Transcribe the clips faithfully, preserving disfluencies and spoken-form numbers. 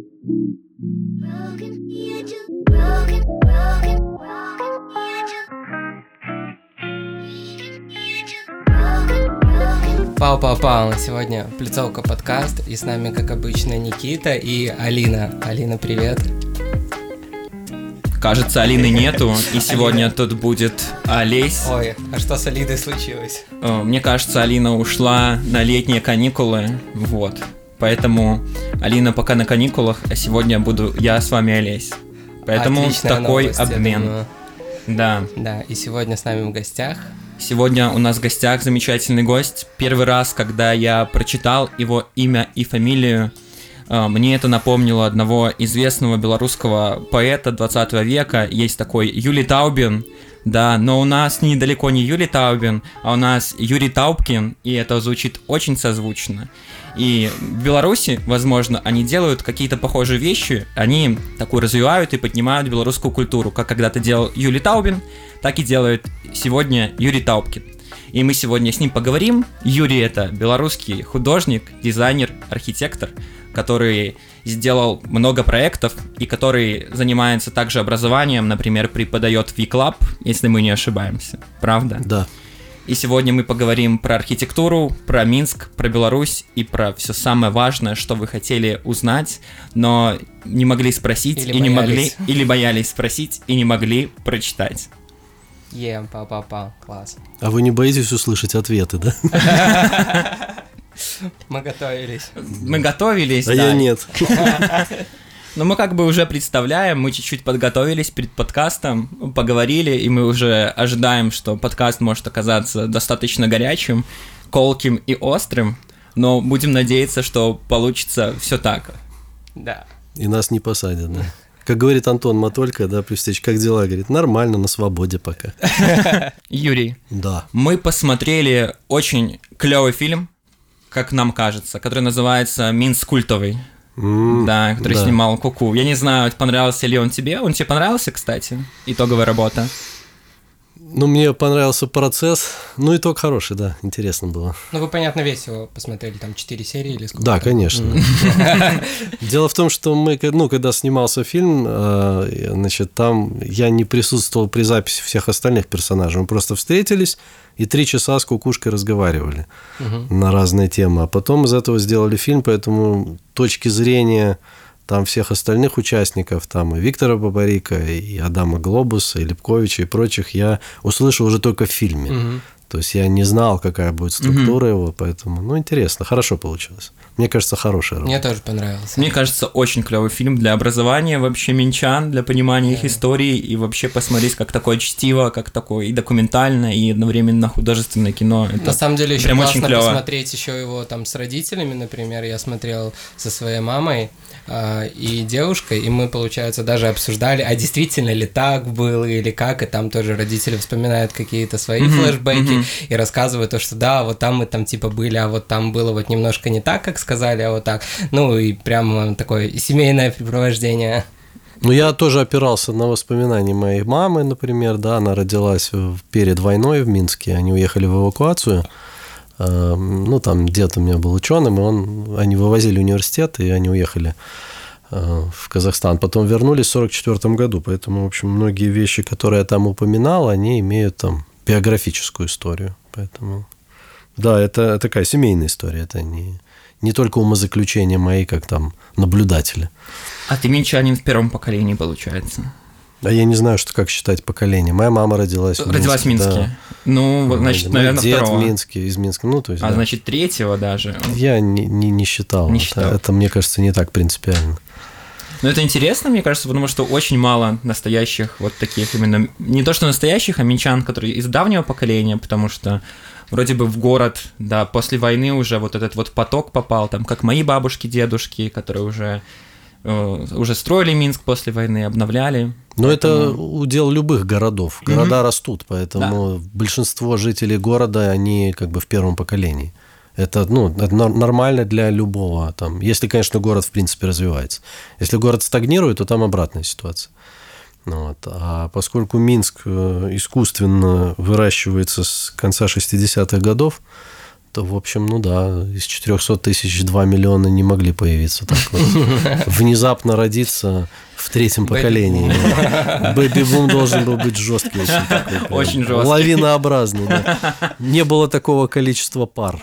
Пау-пау-пау, сегодня Плицовка подкаст, и с нами, как обычно, Никита и Алина. Алина, привет. Кажется, Алины нету, и сегодня тут будет Олесь. Ой, а что с Алиной случилось? Мне кажется, Алина ушла на летние каникулы, вот. Поэтому Алина пока на каникулах, а сегодня буду я с вами, Олесь. Поэтому Отличная такой новость, обмен. Да. Да, и сегодня с нами в гостях... Сегодня у нас в гостях замечательный гость. Первый раз, когда я прочитал его имя и фамилию, мне это напомнило одного известного белорусского поэта двадцатого века. Есть такой Юлий Таубин, да, но у нас недалеко не Юлий Таубин, а у нас Юрий Таубкин, и это звучит очень созвучно. И в Беларуси, возможно, они делают какие-то похожие вещи, они такую развивают и поднимают белорусскую культуру, как когда-то делал Юлий Таубин, так и делает сегодня Юрий Таубкин. И мы сегодня с ним поговорим. Юрий — это белорусский художник, дизайнер, архитектор, который сделал много проектов и который занимается также образованием, например, преподает в V-Club, если мы не ошибаемся. Правда? Да. И сегодня мы поговорим про архитектуру, про Минск, про Беларусь и про все самое важное, что вы хотели узнать, но не могли спросить или и не могли, или боялись спросить и не могли прочитать. Ем, па-па-па, класс. А вы не боитесь услышать ответы, да? Мы готовились. Мы готовились, а да. я нет. Но мы как бы уже представляем, мы чуть-чуть подготовились перед подкастом, поговорили, и мы уже ожидаем, что подкаст может оказаться достаточно горячим, колким и острым, но будем надеяться, что получится все так. Да. И нас не посадят, да. Как говорит Антон Матолько, да, при встрече, как дела? Говорит, нормально, на свободе пока. Юрий, да. Мы посмотрели очень клевый фильм, как нам кажется, который называется «Минск культовый». Mm, да, который да. снимал Куку. Я не знаю, понравился ли он тебе. Он тебе понравился, кстати? Итоговая работа. Ну, мне понравился процесс. Ну, итог хороший, да, интересно было. Ну, вы, понятно, весь его посмотрели, там четыре серии или сколько? Да, конечно. Дело в том, что мы, ну, когда снимался фильм, значит, там я не присутствовал при записи всех остальных персонажей. Мы просто встретились и три часа с Кукушкой разговаривали угу. на разные темы. А потом из этого сделали фильм, поэтому точки зрения там всех остальных участников, там и Виктора Бабарика, и Адама Глобуса, и Лепковича, и прочих, я услышал уже только в фильме. Угу. То есть я не знал, какая будет структура угу. его, поэтому, ну, интересно, хорошо получилось. Мне кажется, хорошая работа. Мне тоже понравился. Мне кажется, очень клевый фильм для образования вообще минчан, для понимания yeah. их истории, и вообще посмотреть, как такое чтиво, как такое и документальное, и одновременно художественное кино. Это на самом деле еще прям классно очень клево. Посмотреть еще его там с родителями, например. Я смотрел со своей мамой э, и девушкой, и мы, получается, даже обсуждали, а действительно ли так было или как, и там тоже родители вспоминают какие-то свои mm-hmm, флешбеки mm-hmm. и рассказывают то, что да, вот там мы там типа были, а вот там было вот немножко не так, как сказали, а вот так. Ну и прям такое семейное препровождение. Ну, я тоже опирался на воспоминания моей мамы, например, да, она родилась перед войной в Минске, они уехали в эвакуацию, ну, там дед у меня был ученым, и он, они вывозили университет, и они уехали в Казахстан, потом вернулись в сорок четвёртом году, поэтому, в общем, многие вещи, которые я там упоминал, они имеют там биографическую историю, поэтому, да, это такая семейная история, это не... Не только умозаключения мои, как там наблюдатели. А ты минчанин в первом поколении, получается? А я не знаю, что как считать поколение. Моя мама родилась в Минске. Родилась в Минске. Да. Ну, значит, Мой наверное, дед второго. в Минске, из Минска. Ну, то есть, а да. значит, третьего даже. Я не, не, не считал. Не это, считал. Это, мне кажется, не так принципиально. Но это интересно, мне кажется, потому что очень мало настоящих вот таких именно... Не то, что настоящих, а минчан, которые из давнего поколения, потому что вроде бы в город, да, после войны уже вот этот вот поток попал, там, как мои бабушки, дедушки, которые уже, э, уже строили Минск после войны, обновляли. Но поэтому... это удел любых городов. Города mm-hmm. растут, поэтому да. большинство жителей города, они как бы в первом поколении. Это, ну, это нормально для любого. Там, если, конечно, город, в принципе, развивается. Если город стагнирует, то там обратная ситуация. Вот. А поскольку Минск искусственно выращивается с конца шестидесятых годов, то, в общем, ну да, из четырехсот тысяч два миллиона не могли появиться так вот. Внезапно родиться в третьем поколении. Бэби-бум должен был быть жесткий. Очень, такой, очень жесткий. Лавинообразный, да. Не было такого количества пар.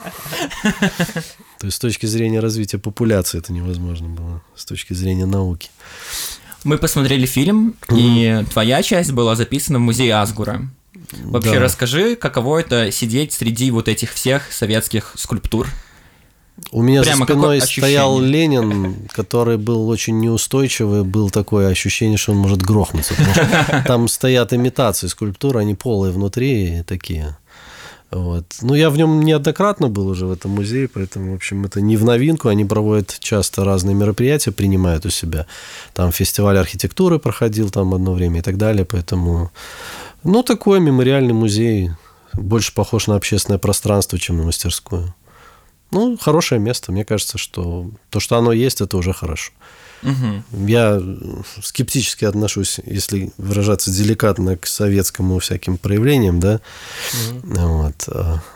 То есть с точки зрения развития популяции это невозможно было, с точки зрения науки. Мы посмотрели фильм, mm-hmm. и твоя часть была записана в музее Асгура. Вообще, да. Расскажи, каково это сидеть среди вот этих всех советских скульптур? У меня Прямо за спиной стоял Ленин, который был очень неустойчивый, было такое ощущение, что он может грохнуться, потому что там стоят имитации скульптур, они полые внутри такие. Вот. Ну, я в нем неоднократно был уже в этом музее, поэтому, в общем, это не в новинку. Они проводят часто разные мероприятия, принимают у себя. Там фестиваль архитектуры проходил там одно время и так далее. Поэтому, ну, такой мемориальный музей, больше похож на общественное пространство, чем на мастерскую. Ну, хорошее место. Мне кажется, что то, что оно есть, это уже хорошо. Угу. Я скептически отношусь, если выражаться деликатно, к советскому всяким проявлениям, да. Угу. Вот.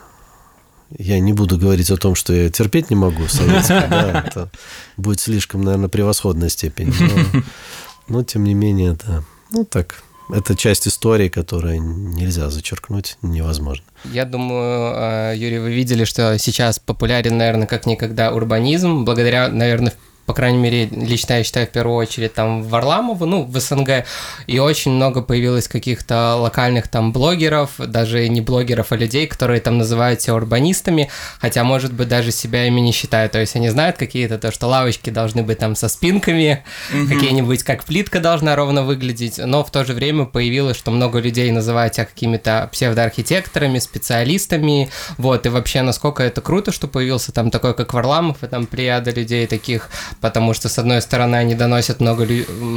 Я не буду говорить о том, что я терпеть не могу советское, да, это будет слишком, наверное, превосходная степень. Но, но тем не менее, да. Ну, так, это часть истории, которую нельзя зачеркнуть, невозможно. Я думаю, Юрий, вы видели, что сейчас популярен, наверное, как никогда урбанизм, благодаря, наверное, по крайней мере, лично я считаю, в первую очередь, там, Варламову, ну, в СНГ, и очень много появилось каких-то локальных там блогеров, даже не блогеров, а людей, которые там называют себя урбанистами, хотя, может быть, даже себя ими не считают, то есть они знают какие-то, то, что лавочки должны быть там со спинками, mm-hmm. какие-нибудь, как плитка должна ровно выглядеть, но в то же время появилось, что много людей называют себя какими-то псевдоархитекторами, специалистами, вот, и вообще, насколько это круто, что появился там такой, как Варламов, и там плеяда людей таких, потому что, с одной стороны, они доносят много,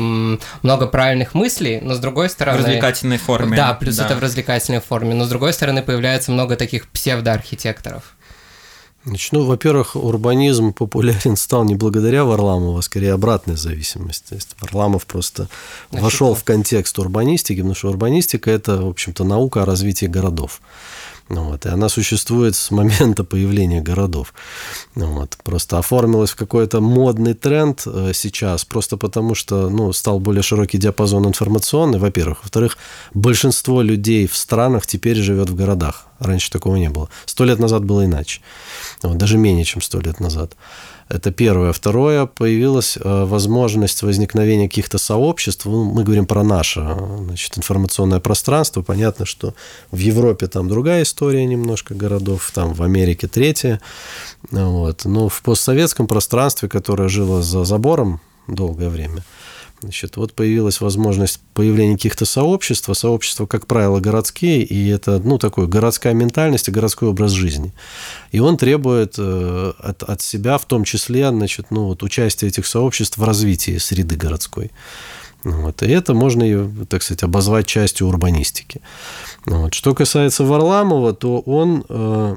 много правильных мыслей, но с другой стороны... В развлекательной форме. Да, плюс да. это в развлекательной форме, но с другой стороны появляется много таких псевдоархитекторов. Значит, ну, во-первых, урбанизм популярен стал не благодаря Варламову, а скорее обратная зависимость. То есть Варламов просто Значит, вошел в контекст урбанистики, потому что урбанистика – это, в общем-то, наука о развитии городов. Вот, и она существует с момента появления городов. Вот, просто оформилась в какой-то модный тренд сейчас, просто потому что ну, стал более широкий диапазон информационный, во-первых. Во-вторых, большинство людей в странах теперь живет в городах. Раньше такого не было. Сто лет назад было иначе. Вот, даже менее, чем сто лет назад. Это первое. Второе, появилась возможность возникновения каких-то сообществ. Ну, мы говорим про наше, значит, информационное пространство. Понятно, что в Европе там другая история немножко городов, там в Америке третья. Вот. Но в постсоветском пространстве, которое жило за забором долгое время, значит, вот появилась возможность появления каких-то сообществ. Сообщества, как правило, городские, и это, ну, такой городская ментальность и городской образ жизни. И он требует от, от себя, в том числе, значит, ну, вот, участия этих сообществ в развитии среды городской. Вот. И это можно, так сказать, обозвать частью урбанистики. Вот. Что касается Варламова, то он...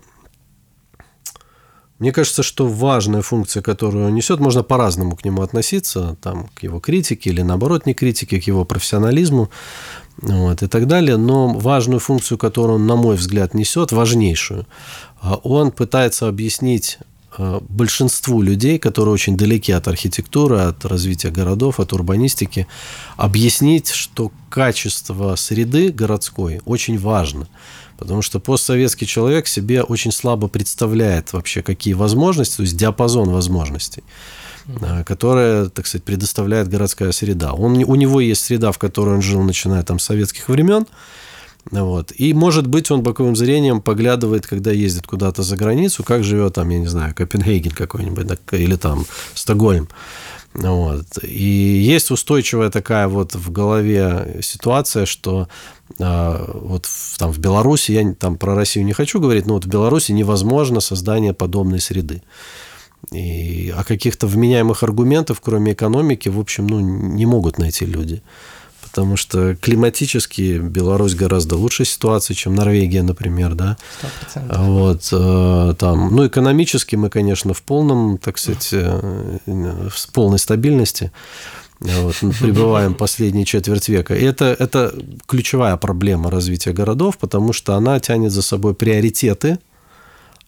Мне кажется, что важная функция, которую он несет, можно по-разному к нему относиться, там, к его критике или, наоборот, не критике, к его профессионализму, вот, и так далее. Но важную функцию, которую он, на мой взгляд, несет, важнейшую, он пытается объяснить большинству людей, которые очень далеки от архитектуры, от развития городов, от урбанистики, объяснить, что качество среды городской очень важно. Потому что постсоветский человек себе очень слабо представляет вообще, какие возможности, то есть диапазон возможностей, mm-hmm. которые, так сказать, предоставляет городская среда. Он, у него есть среда, в которой он жил, начиная там, с советских времен. Вот. И, может быть, он боковым зрением поглядывает, когда ездит куда-то за границу, как живет там, я не знаю, Копенгаген какой-нибудь, или там Стокгольм. Вот. И есть устойчивая такая вот в голове ситуация, что э, вот в, там в Беларуси, я там про Россию не хочу говорить, но вот в Беларуси невозможно создание подобной среды. И, а каких-то вменяемых аргументов, кроме экономики, в общем, ну, не могут найти люди. Потому что климатически Беларусь гораздо лучшая ситуация, чем Норвегия, например, да. сто процентов. Вот, там, ну, экономически мы, конечно, в полном, так сказать, в полной стабильности вот, пребываем последние четверть века. И это, это ключевая проблема развития городов, потому что она тянет за собой приоритеты,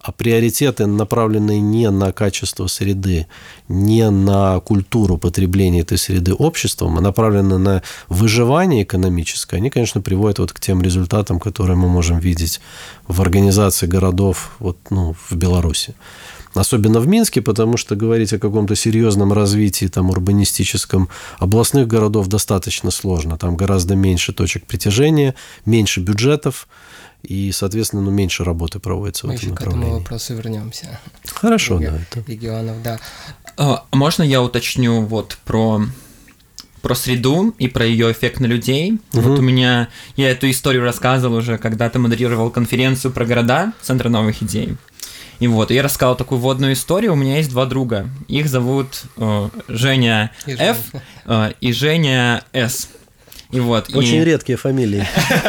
а приоритеты, направленные не на качество среды, не на культуру потребления этой среды обществом, а направлены на выживание экономическое, они, конечно, приводят вот к тем результатам, которые мы можем видеть в организации городов вот, ну, в Беларуси. Особенно в Минске, потому что говорить о каком-то серьезном развитии там, урбанистическом областных городов достаточно сложно. Там гораздо меньше точек притяжения, меньше бюджетов, и, соответственно, ну, меньше работы проводится Мы в этом еще направлении. к этому вопросу вернемся. Хорошо, Реги- да. Это... Регионов, да. А, можно я уточню вот про, про среду и про ее эффект на людей? Угу. Вот у меня, я эту историю рассказывал уже, когда ты модерировал конференцию про города Центра новых идей. И вот, я рассказал такую вводную историю. У меня есть два друга. Их зовут э, Женя И Ф э, и Женя С. И вот, Очень и... редкие фамилии.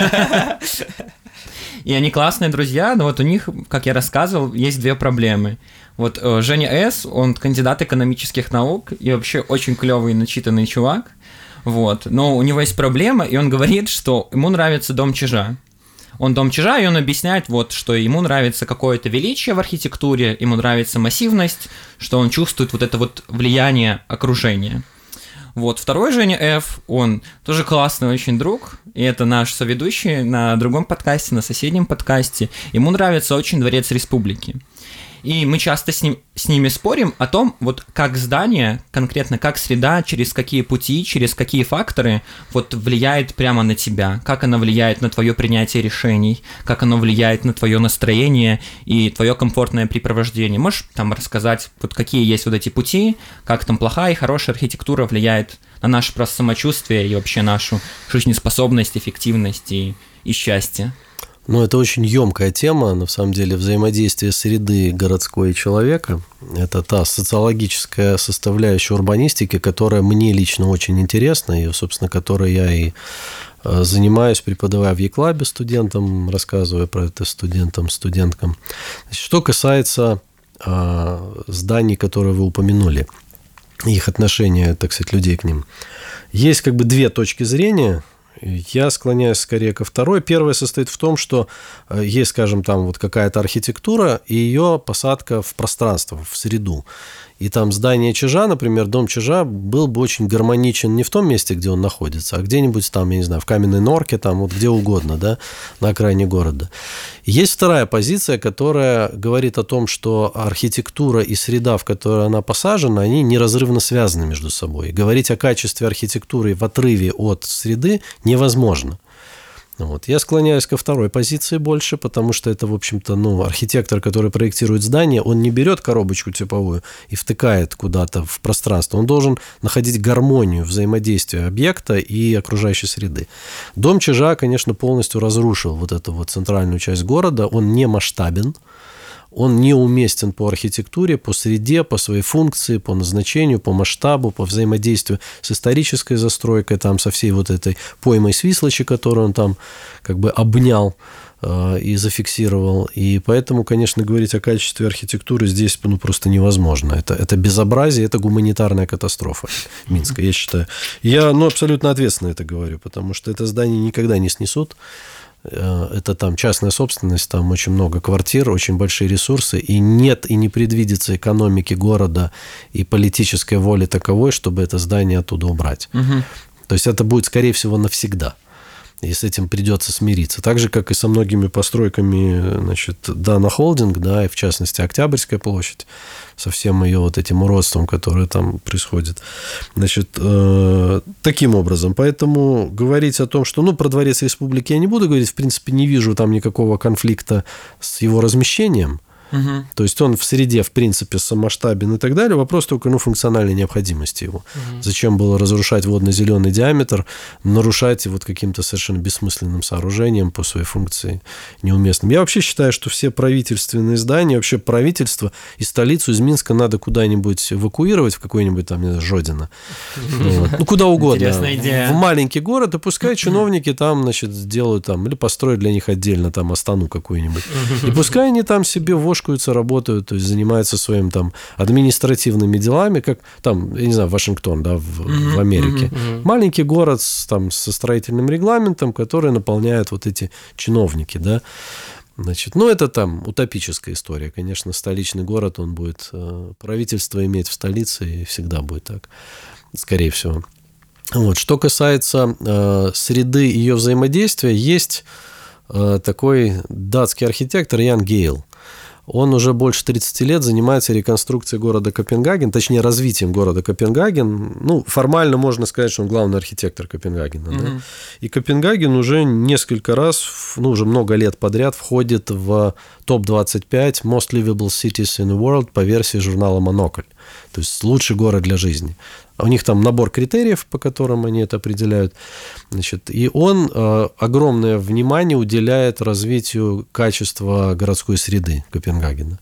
И они классные друзья, но вот у них, как я рассказывал, есть две проблемы. Вот э, Женя С, он кандидат экономических наук и вообще очень клевый, начитанный чувак. Вот. Но у него есть проблема, и он говорит, что ему нравится дом Чижа. Он дом Чижа, и он объясняет, вот, что ему нравится какое-то величие в архитектуре, ему нравится массивность, что он чувствует вот это вот влияние окружения. Вот, второй Женя Ф, он тоже классный очень друг, и это наш соведущий на другом подкасте, на соседнем подкасте. Ему нравится очень Дворец Республики. И мы часто с, ним, с ними спорим о том, вот как здание, конкретно как среда, через какие пути, через какие факторы вот влияет прямо на тебя, как оно влияет на твое принятие решений, как оно влияет на твое настроение и твое комфортное препровождение. Можешь там рассказать, вот какие есть вот эти пути, как там плохая и хорошая архитектура влияет на наше просто самочувствие и вообще нашу жизнеспособность, эффективность и, и счастье? Ну, это очень емкая тема, на самом деле, взаимодействие среды городской и человека. Это та социологическая составляющая урбанистики, которая мне лично очень интересна, и, собственно, которой я и занимаюсь, преподавая в Е-клабе студентам, рассказывая про это студентам, студенткам. Значит, что касается а, зданий, которые вы упомянули, их отношения, так сказать, людей к ним. Есть как бы две точки зрения. Я склоняюсь скорее ко второй. Первая состоит в том, что есть, скажем, там вот какая-то архитектура и ее посадка в пространство, в среду. И там здание Чижа, например, дом Чижа был бы очень гармоничен не в том месте, где он находится, а где-нибудь там, я не знаю, в Каменной Норке, там вот где угодно, да, на окраине города. И есть вторая позиция, которая говорит о том, что архитектура и среда, в которой она посажена, они неразрывно связаны между собой. И говорить о качестве архитектуры в отрыве от среды невозможно. Вот. Я склоняюсь ко второй позиции больше, потому что это, в общем-то, ну, архитектор, который проектирует здание, он не берет коробочку типовую и втыкает куда-то в пространство. Он должен находить гармонию взаимодействия объекта и окружающей среды. Дом Чижа, конечно, полностью разрушил вот эту вот центральную часть города. Он не масштабен. Он неуместен по архитектуре, по среде, по своей функции, по назначению, по масштабу, по взаимодействию с исторической застройкой, там, со всей вот этой поймой Свислочи, которую он там как бы обнял э, и зафиксировал. И поэтому, конечно, говорить о качестве архитектуры здесь ну, просто невозможно. Это, это безобразие, это гуманитарная катастрофа Минска, я считаю. Я ну, абсолютно ответственно это говорю, потому что это здание никогда не снесут. Это там частная собственность, там очень много квартир, очень большие ресурсы, и нет и не предвидится экономики города и политической воли таковой, чтобы это здание оттуда убрать. Угу. То есть это будет, скорее всего, навсегда. И с этим придется смириться. Так же, как и со многими постройками, значит, Дана Холдинг, да, и в частности Октябрьская площадь, со всем ее вот этим уродством, которое там происходит. Значит, э, таким образом. Поэтому говорить о том, что, ну, про Дворец Республики я не буду говорить, в принципе, не вижу там никакого конфликта с его размещением. Угу. То есть он в среде, в принципе, самоштабен и так далее. Вопрос только ну, функциональной необходимости его. Угу. Зачем было разрушать водно-зеленый диаметр, нарушать вот каким-то совершенно бессмысленным сооружением по своей функции неуместным. Я вообще считаю, что все правительственные здания, вообще правительство и столицу из Минска надо куда-нибудь эвакуировать, в какой-нибудь там, не знаю, Жодино. Ну, куда угодно. Интересная идея. В маленький город, и пускай чиновники там, значит, сделают там, или построят для них отдельно там Астану какую-нибудь. И пускай они там себе вошь работают, то есть занимаются своими там административными делами, как там, я не знаю, Вашингтон, да, в, mm-hmm, в Америке. Mm-hmm. Маленький город с, там, со строительным регламентом, который наполняют вот эти чиновники, да. Значит, ну, это там утопическая история. Конечно, столичный город, он будет правительство иметь в столице, и всегда будет так, скорее всего. Вот. Что касается э, среды ее взаимодействия, есть э, такой датский архитектор Ян Гейл. Он уже больше тридцати лет занимается реконструкцией города Копенгаген, точнее, развитием города Копенгаген. Ну, формально можно сказать, что он главный архитектор Копенгагена. Mm-hmm. Да? И Копенгаген уже несколько раз, ну, уже много лет подряд входит в топ двадцать пять Most Livable Cities in the World по версии журнала «Монокль». То есть лучший город для жизни. У них там набор критериев, по которым они это определяют. Значит, и он э, огромное внимание уделяет развитию качества городской среды Копенгагена.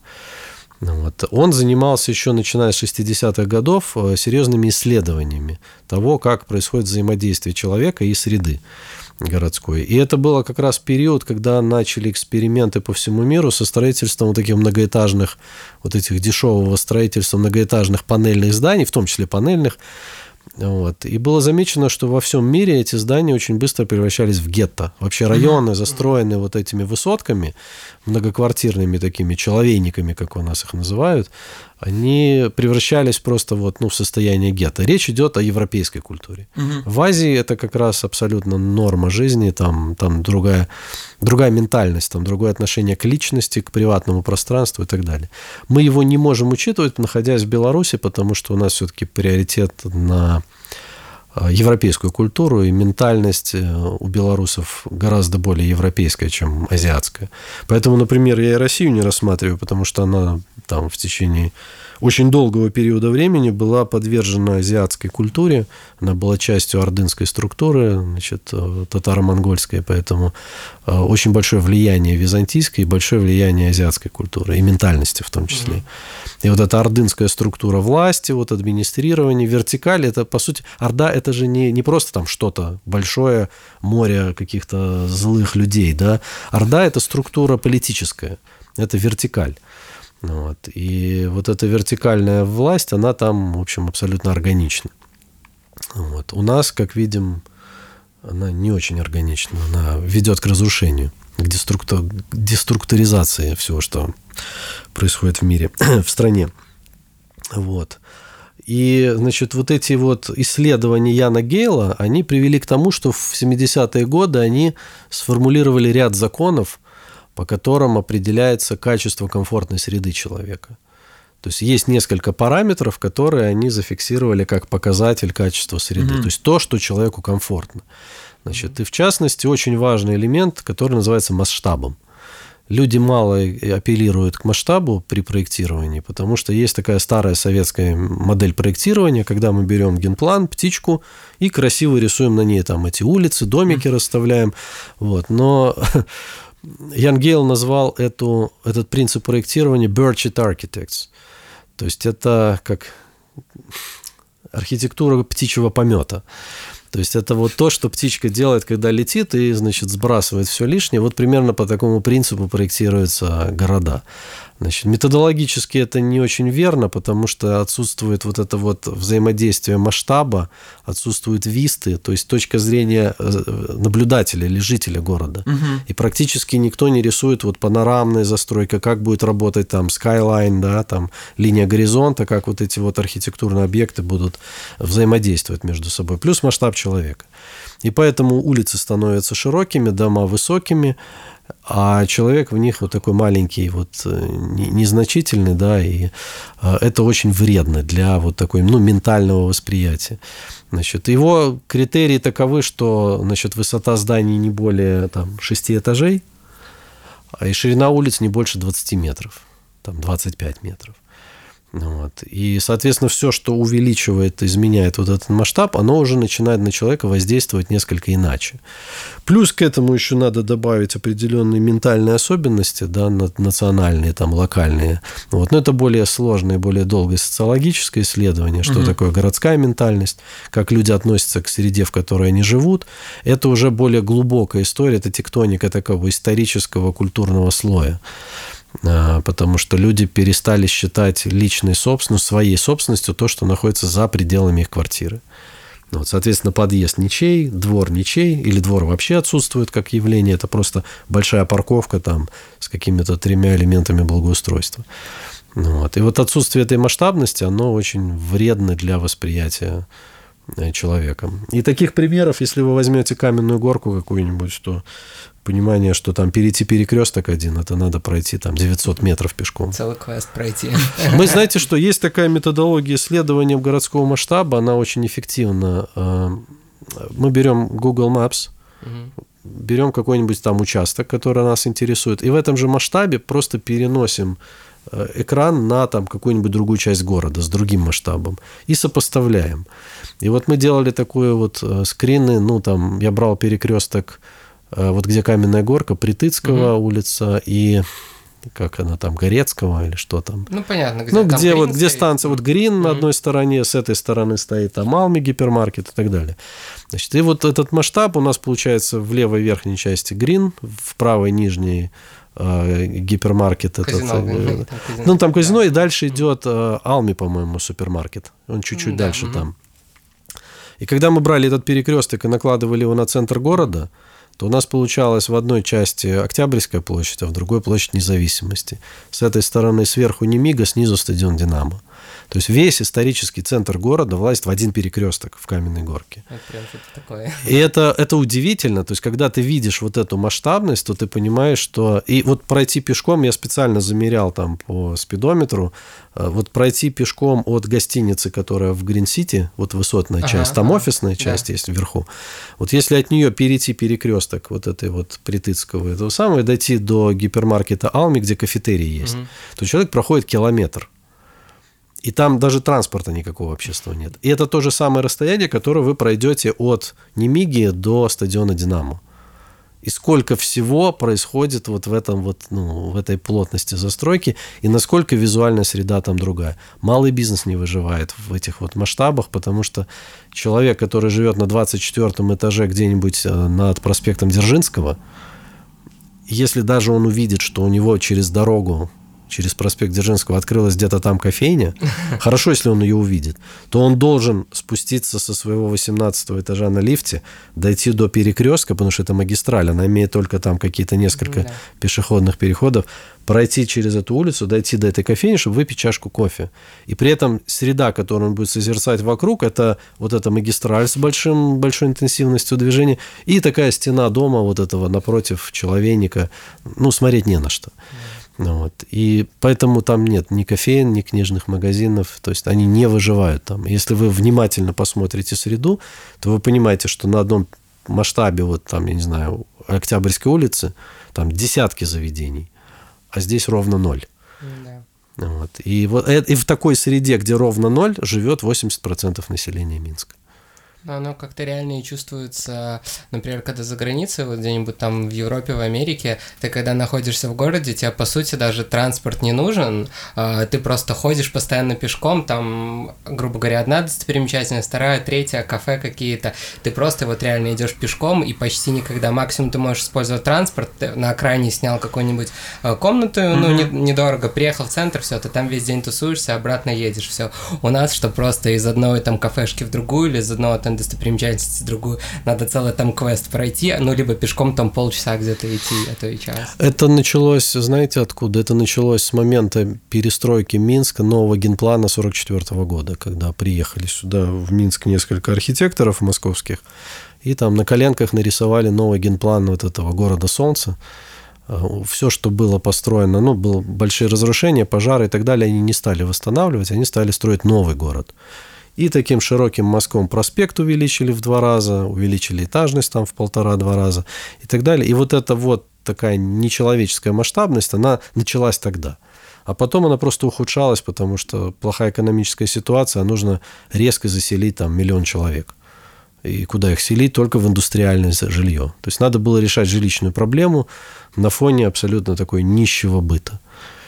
Вот. Он занимался еще, начиная с шестидесятых годов, серьезными исследованиями того, как происходит взаимодействие человека и среды городской. И это было как раз период, когда начали эксперименты по всему миру со строительством вот таких многоэтажных, вот этих дешевого строительства многоэтажных панельных зданий, в том числе панельных. Вот. И было замечено, что во всем мире эти здания очень быстро превращались в гетто. Вообще районы, застроенные вот этими высотками, многоквартирными такими человейниками, как у нас их называют, они превращались просто вот, ну, в состояние гетто. Речь идет о европейской культуре. Угу. В Азии это как раз абсолютно норма жизни, там, там другая, другая ментальность, там другое отношение к личности, к приватному пространству и так далее. Мы его не можем учитывать, находясь в Беларуси, потому что у нас все-таки приоритет на европейскую культуру, и ментальность у белорусов гораздо более европейская, чем азиатская. Поэтому, например, я и Россию не рассматриваю, потому что она там в течение очень долгого периода времени была подвержена азиатской культуре, она была частью ордынской структуры, значит, татаро-монгольской, поэтому очень большое влияние византийской и большое влияние азиатской культуры, и ментальности в том числе. И вот эта ордынская структура власти, вот администрирование, вертикаль, это, по сути, орда, это же не, не просто там что-то большое, море каких-то злых людей, да. Орда – это структура политическая, это вертикаль. Вот. И вот эта вертикальная власть, она там, в общем, абсолютно органична. Вот. У нас, как видим, она не очень органична, она ведет к разрушению, к деструкту... деструктуризации всего, что происходит в мире, в стране. Вот. И, значит, вот эти вот исследования Яна Гейла, они привели к тому, что в семидесятые годы они сформулировали ряд законов, по которым определяется качество комфортной среды человека. То есть есть несколько параметров, которые они зафиксировали как показатель качества среды. Mm-hmm. То есть то, что человеку комфортно. Значит, и в частности очень важный элемент, который называется масштабом. Люди мало апеллируют к масштабу при проектировании, потому что есть такая старая советская модель проектирования, когда мы берем генплан, птичку и красиво рисуем на ней там эти улицы, домики mm-hmm. расставляем. Вот. Но Ян Гейл назвал эту, этот принцип проектирования Bird-shit Architects. То есть это как архитектура птичьего помета. То есть это вот то, что птичка делает, когда летит и, значит, сбрасывает все лишнее. Вот примерно по такому принципу проектируются города. Значит, методологически это не очень верно, потому что отсутствует вот это вот взаимодействие масштаба, отсутствуют висты, то есть точка зрения наблюдателя или жителя города. Угу. И практически никто не рисует вот панорамная застройка, как будет работать там skyline, да, там линия горизонта, как вот эти вот архитектурные объекты будут взаимодействовать между собой. Плюс масштаб человека. И поэтому улицы становятся широкими, дома высокими, а человек в них вот такой маленький, вот незначительный, да, и это очень вредно для вот такой, ну, ментального восприятия. Значит, его критерии таковы, что, значит, высота зданий не более там шести этажей, а и ширина улиц не больше двадцати метров, там двадцать пять метров. Вот. И, соответственно, все, что увеличивает, изменяет вот этот масштаб, оно уже начинает на человека воздействовать несколько иначе. Плюс к этому еще надо добавить определенные ментальные особенности, да, национальные, там, локальные. Вот. Но это более сложное, более долгое социологическое исследование, что угу. такое городская ментальность, как люди относятся к среде, в которой они живут. Это уже более глубокая история, это тектоника такого исторического культурного слоя. Потому что люди перестали считать личной собственностью, своей собственностью то, что находится за пределами их квартиры. Вот, соответственно, подъезд ничей, двор ничей, или двор вообще отсутствует как явление, это просто большая парковка там с какими-то тремя элементами благоустройства. Вот. И вот отсутствие этой масштабности, оно очень вредно для восприятия человека. И таких примеров, если вы возьмете каменную горку какую-нибудь, то понимание, что там перейти перекресток один, это надо пройти там девятьсот метров пешком. Целый квест пройти. Мы знаете, что есть такая методология исследования городского масштаба, она очень эффективна. Мы берем Google Maps, берем какой-нибудь там участок, который нас интересует, и в этом же масштабе просто переносим экран на там какую-нибудь другую часть города с другим масштабом и сопоставляем. И вот мы делали такое вот скрины, ну там я брал перекресток, вот где Каменная горка, Притыцкого угу. улица и как она там, Горецкого или что там. Ну, понятно, где, ну, там где, вот, стоит. где станция, вот Грин mm-hmm. на одной стороне, с этой стороны стоит там Алми гипермаркет и так далее. Значит, и вот этот масштаб у нас получается в левой верхней части Грин, в правой нижней э, гипермаркет. Казино, этот, э, там казино. Ну, там казино, да. И дальше идет э, Алми, по-моему, супермаркет. Он чуть-чуть mm-hmm. дальше mm-hmm. там. И когда мы брали этот перекресток и накладывали его на центр города, то у нас получалось в одной части Октябрьская площадь, а в другой площадь Независимости. С этой стороны сверху Немига, снизу стадион «Динамо». То есть весь исторический центр города влазит в один перекресток в Каменной горке. Это прям что-то такое. И это, это удивительно. То есть когда ты видишь вот эту масштабность, то ты понимаешь, что... И вот пройти пешком, я специально замерял там по спидометру, вот пройти пешком от гостиницы, которая в Грин-Сити, вот высотная ага, часть, там ага, офисная часть да. есть вверху. Вот если от нее перейти перекресток вот этой вот Притыцкого, этого самого, и дойти до гипермаркета Алми, где кафетерий есть, угу. то человек проходит километр. И там даже транспорта никакого общественного нет. И это то же самое расстояние, которое вы пройдете от Немиги до стадиона «Динамо». И сколько всего происходит вот в, этом вот, ну, в этой плотности застройки, и насколько визуальная среда там другая. Малый бизнес не выживает в этих вот масштабах, потому что человек, который живет на двадцать четвёртом этаже где-нибудь над проспектом Дзержинского, если даже он увидит, что у него через дорогу, через проспект Дзержинского открылась где-то там кофейня, хорошо, если он ее увидит, то он должен спуститься со своего восемнадцатого этажа на лифте, дойти до перекрестка, потому что это магистраль, она имеет только там какие-то несколько да. пешеходных переходов, пройти через эту улицу, дойти до этой кофейни, чтобы выпить чашку кофе. И при этом среда, которую он будет созерцать вокруг, это вот эта магистраль с большим, большой интенсивностью движения и такая стена дома вот этого напротив человейника. Ну, смотреть не на что. Вот. И поэтому там нет ни кофеен, ни книжных магазинов, то есть они не выживают там. Если вы внимательно посмотрите среду, то вы понимаете, что на одном масштабе, вот там, я не знаю, Октябрьской улицы, там десятки заведений, а здесь ровно ноль. Да. Вот. И, вот, и в такой среде, где ровно ноль, живет восемьдесят процентов населения Минска. Но оно как-то реально и чувствуется, например, когда за границей, вот где-нибудь там в Европе, в Америке, ты когда находишься в городе, тебе, по сути, даже транспорт не нужен, ты просто ходишь постоянно пешком, там, грубо говоря, одна достопримечательность, вторая, третья, кафе какие-то, ты просто вот реально идешь пешком, и почти никогда, максимум ты можешь использовать транспорт, ты на окраине снял какую-нибудь комнату, mm-hmm. ну, не, недорого, приехал в центр, все, ты там весь день тусуешься, обратно едешь, все. У нас, что просто из одной там кафешки в другую, или из одного там достопримечательности в другую, надо целый там квест пройти, ну, либо пешком там полчаса где-то идти, а то и час. Это началось, знаете, откуда? Это началось с момента перестройки Минска, нового генплана сорок четвёртого года, когда приехали сюда, в Минск, несколько архитекторов московских, и там на коленках нарисовали новый генплан вот этого города Солнца. Все, что было построено, ну, было большие разрушения, пожары и так далее, они не стали восстанавливать, они стали строить новый город. И таким широким мазком проспект увеличили в два раза, увеличили этажность там в полтора-два раза и так далее. И вот эта вот такая нечеловеческая масштабность, она началась тогда. А потом она просто ухудшалась, потому что плохая экономическая ситуация, а нужно резко заселить там миллион человек. И куда их селить? Только в индустриальное жилье. То есть надо было решать жилищную проблему на фоне абсолютно такой нищего быта.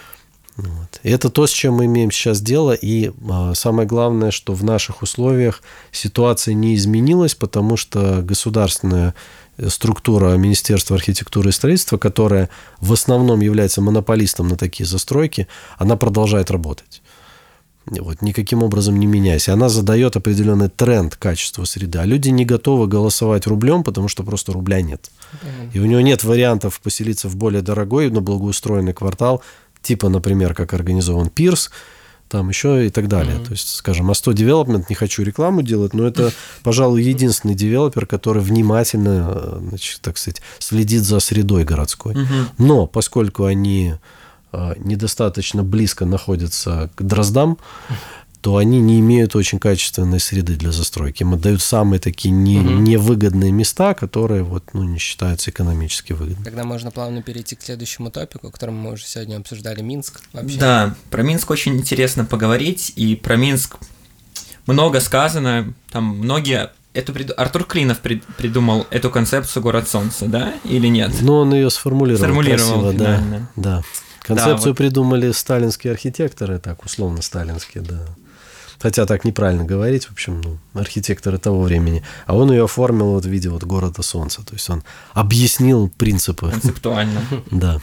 Вот. И это то, с чем мы имеем сейчас дело, и а, самое главное, что в наших условиях ситуация не изменилась, потому что государственная структура Министерства архитектуры и строительства, которая в основном является монополистом на такие застройки, она продолжает работать. вот, никаким образом не меняясь. Она задает определенный тренд качества среды. А люди не готовы голосовать рублем, потому что просто рубля нет. Mm-hmm. И у него нет вариантов поселиться в более дорогой, но благоустроенный квартал, типа, например, как организован Пирс, там еще и так далее. Mm-hmm. То есть, скажем, Асто Девелопмент, не хочу рекламу делать, но это, пожалуй, единственный девелопер, который внимательно, значит, так сказать, следит за средой городской. Mm-hmm. Но поскольку они недостаточно близко находятся к Дроздам, то они не имеют очень качественной среды для застройки. Им отдают самые такие не, угу. невыгодные места, которые вот, ну, не считаются экономически выгодными. Тогда можно плавно перейти к следующему топику, который мы уже сегодня обсуждали, Минск. Вообще. Да, про Минск очень интересно поговорить, и про Минск много сказано, там многие... Это прид... Артур Клинов прид... придумал эту концепцию «Город солнца», да, или нет? Ну, он ее сформулировал, сформулировал красиво, финально. Да, да. Концепцию да, вот. придумали сталинские архитекторы, так, условно сталинские, да. Хотя так неправильно говорить, в общем, ну, архитекторы того времени. А он ее оформил вот в виде вот города солнца. То есть он объяснил принципы. Концептуально. Да.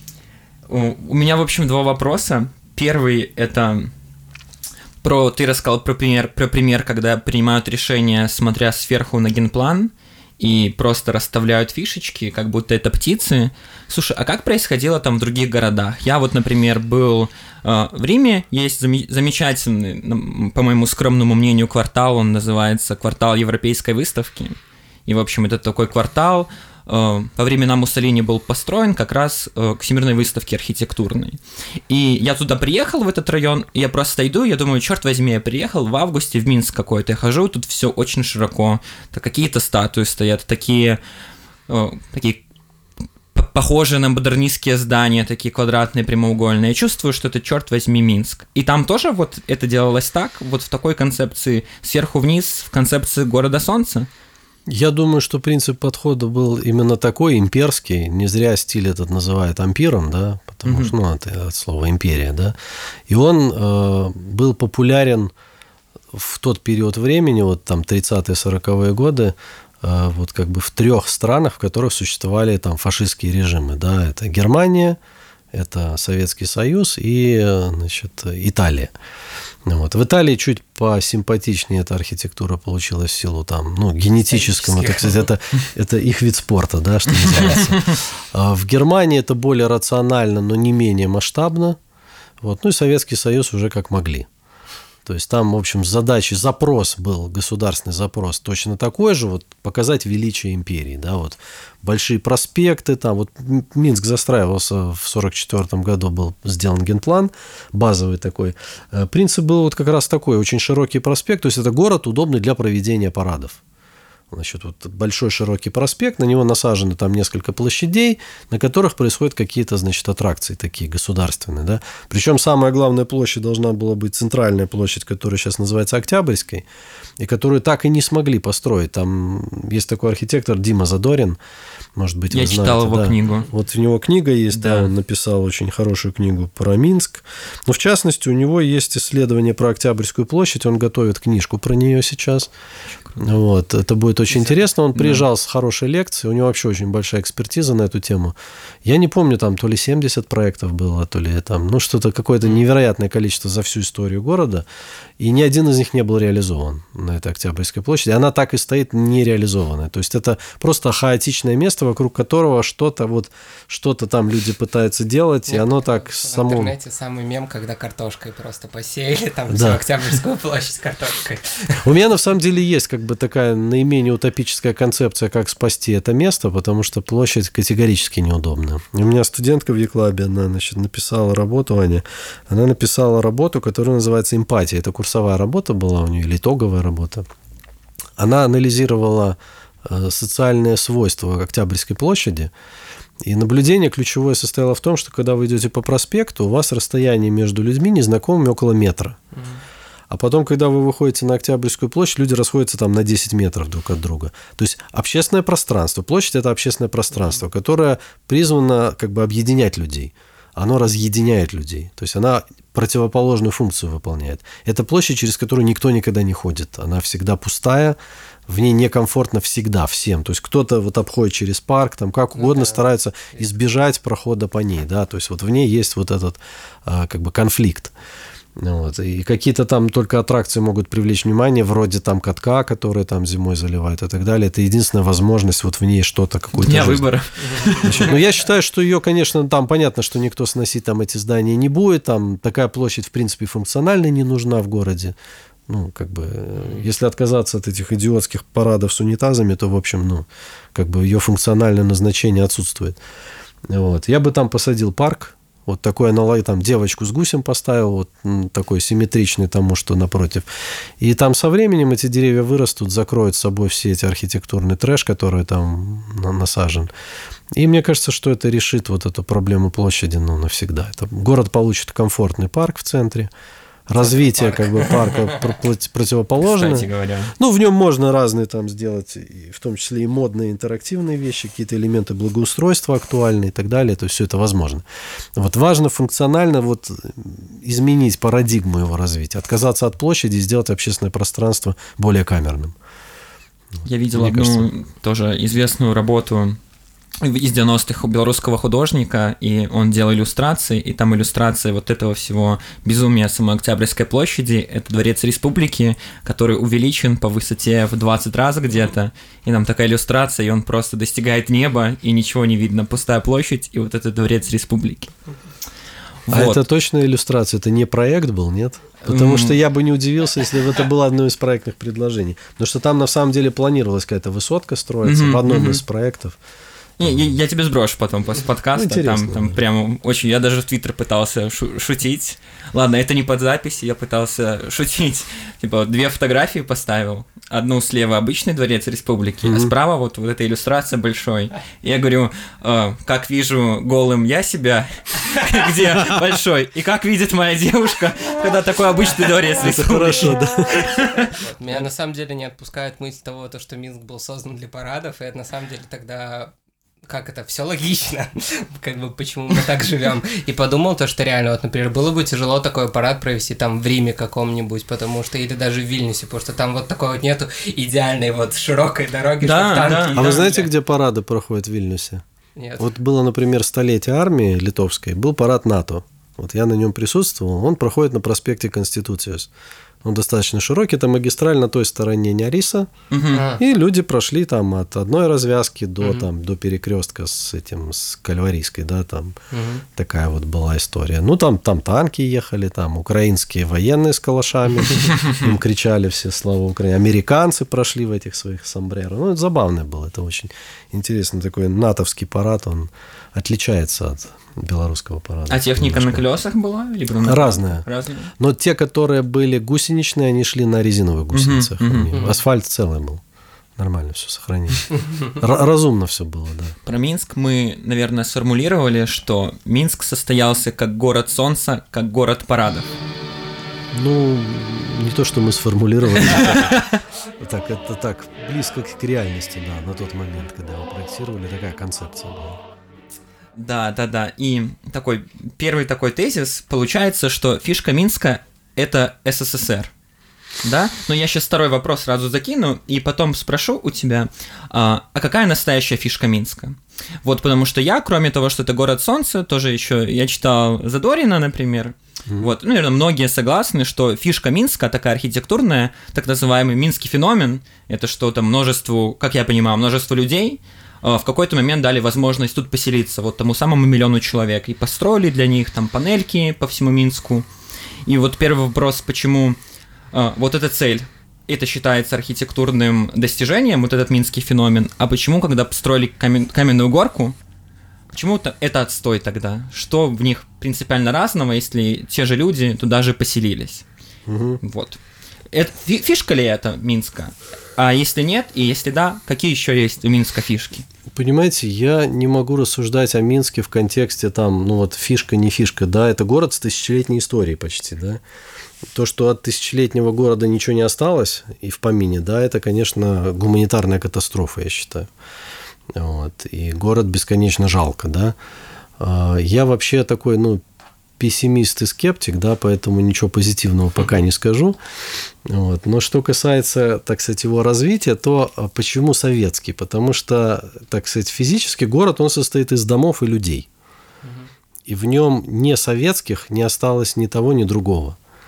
У меня, в общем, два вопроса. Первый – это про… Ты рассказал про пример, про пример, когда принимают решение, смотря сверху на генплан, и просто расставляют фишечки, как будто это птицы. Слушай, а как происходило там в других городах? Я вот, например, был э, в Риме, есть зам- замечательный, по моему скромному мнению, квартал, он называется квартал Европейской выставки. И, в общем, это такой квартал, э, во времена Муссолини был построен как раз э, к Всемирной выставке архитектурной. И я туда приехал, в этот район, и я просто иду, я думаю, черт возьми, я приехал в августе в Минск какой-то, я хожу, тут все очень широко, то какие-то статуи стоят, такие, э, такие похожие на модернистские здания, такие квадратные, прямоугольные. Я чувствую, что это, черт возьми, Минск. И там тоже вот это делалось так, вот в такой концепции сверху вниз, в концепции города солнца? Я думаю, что принцип подхода был именно такой, имперский. Не зря стиль этот называют ампиром, да, потому mm-hmm. что, ну, это от слова империя, да. И он э, был популярен в тот период времени, вот там тридцатые-сороковые годы, э, вот как бы в трех странах, в которых существовали там фашистские режимы, да. Это Германия, это Советский Союз и, значит, Италия. Вот. В Италии чуть посимпатичнее эта архитектура получилась в силу там, ну, генетическому, так сказать, это, это их вид спорта, да, что называется. А в Германии это более рационально, но не менее масштабно. Вот. Ну и Советский Союз уже как могли. То есть там, в общем, задача, запрос был, государственный запрос точно такой же, вот показать величие империи, да, вот большие проспекты, там вот Минск застраивался в сорок четвёртом году, был сделан генплан, базовый такой. Принцип был вот как раз такой, очень широкий проспект, то есть это город, удобный для проведения парадов. Значит, вот большой широкий проспект, на него насажены там несколько площадей, на которых происходят какие-то, значит, аттракции такие государственные, да. Причем самая главная площадь должна была быть центральная площадь, которая сейчас называется Октябрьской, и которую так и не смогли построить. Там есть такой архитектор Дима Задорин, может быть, вы Я знаете. читал его да. книгу. Вот у него книга есть, да. да, он написал очень хорошую книгу про Минск. Но, в частности, у него есть исследование про Октябрьскую площадь, он готовит книжку про нее сейчас. Вот. Это будет очень интересно. Он приезжал да. с хорошей лекцией, у него вообще очень большая экспертиза на эту тему. Я не помню, там то ли семьдесят проектов было, то ли там, ну, что-то какое-то невероятное количество за всю историю города, и ни один из них не был реализован на этой Октябрьской площади. Она так и стоит нереализованная. То есть это просто хаотичное место, вокруг которого что-то вот, что-то там люди пытаются делать, ну, и оно так в само... В интернете самый мем, когда картошкой просто посеяли, там да. всю Октябрьскую площадь картошкой. У меня на самом деле есть как бы такая наименее утопическая концепция, как спасти это место, потому что площадь категорически неудобна. У меня студентка в Еклабе, она, значит, написала работу, Аня, она написала работу, которая называется «Эмпатия». Это курсовая работа была у нее, или итоговая работа. Она анализировала социальные свойства Октябрьской площади, и наблюдение ключевое состояло в том, что когда вы идете по проспекту, у вас расстояние между людьми незнакомыми около метра. Mm-hmm. А потом, когда вы выходите на Октябрьскую площадь, люди расходятся там на десять метров друг от друга. То есть общественное пространство. Площадь – это общественное пространство, которое призвано как бы объединять людей. Оно разъединяет людей. То есть она противоположную функцию выполняет. Это площадь, через которую никто никогда не ходит. Она всегда пустая, в ней некомфортно всегда всем. То есть кто-то вот обходит через парк, там как угодно, ну, да. старается избежать прохода по ней. Да? То есть вот в ней есть вот этот как бы конфликт. Вот. И какие-то там только аттракции могут привлечь внимание, вроде там катка, который там зимой заливают и так далее. Это единственная возможность вот в ней что-то, какую-то... Дня выбора. Значит, ну, я считаю, что ее, конечно, там понятно, что никто сносить там эти здания не будет. Там такая площадь, в принципе, функционально не нужна в городе. Ну, как бы, если отказаться от этих идиотских парадов с унитазами, то, в общем, ну, как бы ее функциональное назначение отсутствует. Вот. Я бы там посадил парк. Вот такой аналог, там девочку с гусем поставил, вот такой симметричный тому, что напротив. И там со временем эти деревья вырастут, закроют с собой все эти архитектурный трэш, который там насажен. И мне кажется, что это решит вот эту проблему площади, ну, навсегда. Это, город получит комфортный парк в центре. Развитие как бы парка противоположное. Кстати говоря. Ну, в нем можно разные там сделать, в том числе и модные интерактивные вещи, какие-то элементы благоустройства актуальные и так далее. То есть все это возможно. Вот важно функционально вот изменить парадигму его развития, отказаться от площади и сделать общественное пространство более камерным. Я видел Мне одну кажется... тоже известную работу из девяностых у белорусского художника, и он делал иллюстрации, и там иллюстрация вот этого всего безумия самой Октябрьской площади, это Дворец Республики, который увеличен по высоте в двадцать раз где-то, и там такая иллюстрация, и он просто достигает неба, и ничего не видно, пустая площадь, и вот это Дворец Республики. А Вот. это точная иллюстрация, это не проект был, нет? Потому mm. что я бы не удивился, если бы это было одно из проектных предложений. Потому что там на самом деле планировалась какая-то высотка строиться mm-hmm, в одном mm-hmm. из проектов. Не, я, я тебе сброшу потом после подкаста, ну, там, там прям очень, я даже в Твиттер пытался шу- шутить, ладно, это не под запись, я пытался шутить, типа две фотографии поставил, одну слева обычный Дворец Республики, mm-hmm. а справа вот, вот эта иллюстрация большой, и я говорю, э, как вижу голым я себя, где большой, и как видит моя девушка, когда такой обычный Дворец Республики. Хорошо, да. Меня на самом деле не отпускает мысль того, что Минск был создан для парадов, и это на самом деле тогда... Как это? Все логично. Как бы почему мы так живем. И подумал то, что реально, вот, например, было бы тяжело такой парад провести там в Риме каком-нибудь, потому что, или даже в Вильнюсе, потому что там вот такой вот нету идеальной вот широкой дороги, да, чтобы танки... Да. А вы знаете, где парады проходят в Вильнюсе? Нет. Вот было, например, столетие армии литовской, был парад НАТО. Вот я на нем присутствовал, он проходит на проспекте Конституциус. Он достаточно широкий, это магистраль на той стороне Няриса, угу. и люди прошли там от одной развязки до, угу. там, до перекрестка с этим, с Кальварийской, да, там угу. такая вот была история. Ну, там, там танки ехали, там украинские военные с калашами, им кричали все слава Украине, американцы прошли в этих своих сомбреро. Ну, это забавно было, это очень интересно, такой натовский парад, он отличается от белорусского парада. А техника немножко. На колесах была? Либо на... Разная. Разная. Но те, которые были гусеничные, они шли на резиновых гусеницах. Uh-huh, uh-huh. Асфальт целый был. Нормально все сохранилось. Разумно все было, да. Про Минск мы, наверное, сформулировали, что Минск состоялся как город солнца, как город парадов. Ну, не то, что мы сформулировали. Так, это так, близко к реальности, да, на тот момент, когда его проектировали, такая концепция была. Да, да, да. И такой первый такой тезис получается, что фишка Минска — это СССР. Да? Но я сейчас второй вопрос сразу закину и потом спрошу у тебя, а, а какая настоящая фишка Минска? Вот, потому что я, кроме того, что это город солнца, тоже еще я читал Задорина, например. Mm-hmm. Вот, ну, наверное, многие согласны, что фишка Минска такая архитектурная, так называемый минский феномен, это что-то множеству, как я понимаю, множество людей в какой-то момент дали возможность тут поселиться, вот тому самому миллиону человек, и построили для них там панельки по всему Минску. И вот первый вопрос, почему э, вот эта цель, это считается архитектурным достижением, вот этот минский феномен, а почему, когда построили камен, каменную горку, почему-то это отстой тогда? Что в них принципиально разного, если те же люди туда же поселились? Угу. Вот. Это, фишка ли это Минска? А если нет, и если да, какие еще есть у Минска фишки? Понимаете, я не могу рассуждать о Минске в контексте там, ну вот фишка, не фишка, да, это город с тысячелетней историей почти, да. То, что от тысячелетнего города ничего не осталось и в помине, да, это, конечно, гуманитарная катастрофа, я считаю. Вот. И город бесконечно жалко, да. Я вообще такой, ну, пессимист и скептик, да, поэтому ничего позитивного пока не скажу. Вот. Но что касается, так сказать, его развития, то почему советский? Потому что, так сказать, физически город, он состоит из домов и людей. И в нем не советских не осталось ни того, ни другого.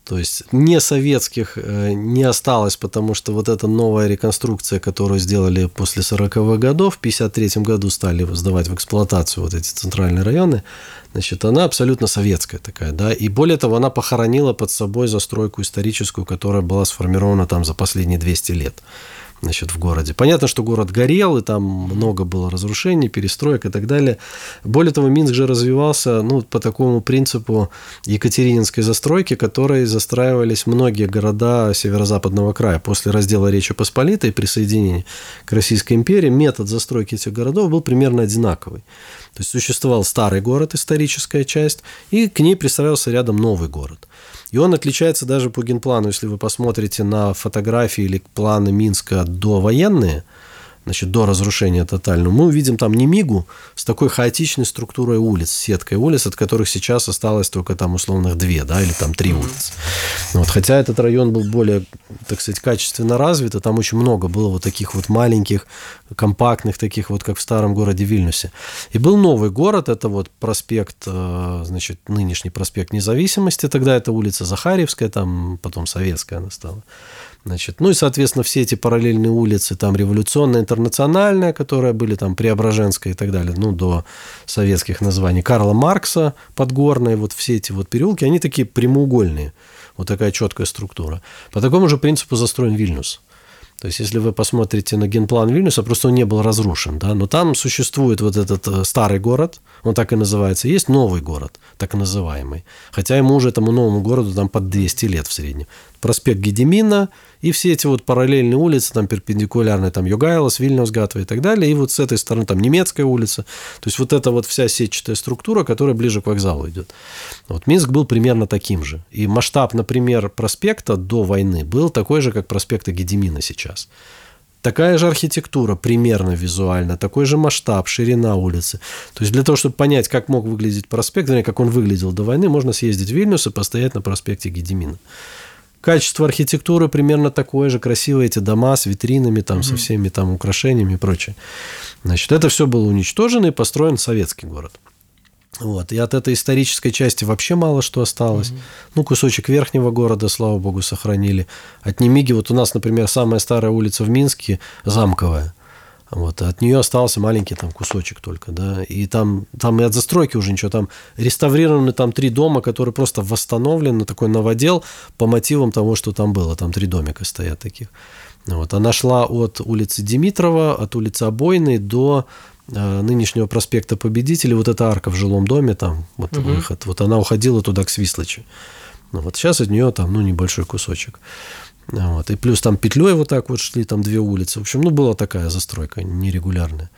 То есть не советских не осталось, потому что вот эта новая реконструкция, которую сделали после сороковых годов, в пятьдесят третьем году стали сдавать в эксплуатацию вот эти центральные районы, значит, она абсолютно советская такая, да, и более того, она похоронила под собой застройку историческую, которая была сформирована там за последние двести лет. Значит, в городе. Понятно, что город горел, и там много было разрушений, перестроек и так далее. Более того, Минск же развивался, ну, по такому принципу екатерининской застройки, которой застраивались многие города северо-западного края. После раздела Речи Посполитой и присоединения к Российской империи метод застройки этих городов был примерно одинаковый. То есть существовал старый город, историческая часть, и к ней пристраивался рядом новый город. И он отличается даже по генплану, если вы посмотрите на фотографии или планы Минска довоенные, значит, до разрушения тотального, мы увидим там Немигу с такой хаотичной структурой улиц, сеткой улиц, от которых сейчас осталось только там условных две, да, или там три улицы. Вот, хотя этот район был более, так сказать, качественно развит, и там очень много было вот таких вот маленьких, компактных, таких вот, как в старом городе Вильнюсе. И был новый город, это вот проспект, значит, нынешний проспект Независимости, тогда это улица Захарьевская, там потом Советская она стала. Значит, ну и, соответственно, все эти параллельные улицы, там Революционная, Интернациональная, которые были там Преображенская и так далее, ну, до советских названий, Карла Маркса, Подгорная, вот все эти вот переулки, они такие прямоугольные, вот такая четкая структура. По такому же принципу застроен Вильнюс. То есть, если вы посмотрите на генплан Вильнюса, просто он не был разрушен, да, но там существует вот этот старый город, он так и называется, есть новый город, так называемый, хотя ему уже, этому новому городу, там под двести лет в среднем. Проспект Гедемина и все эти вот параллельные улицы, там перпендикулярные, там Йогайлас, Вильнюс, Гатва и так далее, и вот с этой стороны там Немецкая улица, то есть, вот эта вот вся сетчатая структура, которая ближе к вокзалу идет. Вот Минск был примерно таким же, и масштаб, например, проспекта до войны был такой же, как проспекта Гедемина сейчас. Такая же архитектура, примерно визуально, такой же масштаб, ширина улицы. То есть, для того, чтобы понять, как мог выглядеть проспект, вернее, как он выглядел до войны, можно съездить в Вильнюс и постоять на проспекте Гедемина. Качество архитектуры примерно такое же, красивые эти дома с витринами, там, mm-hmm. со всеми там украшениями и прочее. Значит, это все было уничтожено и построен советский город. Вот. И от этой исторической части вообще мало что осталось. Mm-hmm. Ну, кусочек верхнего города, слава богу, сохранили. От Немиги, вот у нас, например, самая старая улица в Минске, Замковая. Вот. От нее остался маленький там кусочек только, да. И там, там и от застройки уже ничего. Там реставрированы там три дома, которые просто восстановлены, такой новодел по мотивам того, что там было. Там три домика стоят таких. Вот. Она шла от улицы Димитрова, от улицы Обойной до нынешнего проспекта Победителей, вот эта арка в жилом доме, там вот угу. выход, вот она уходила туда к Свислочи. Ну, вот сейчас от нее там, ну, небольшой кусочек. Вот. И плюс там петлей вот так вот шли, там две улицы. В общем, ну, была такая застройка нерегулярная.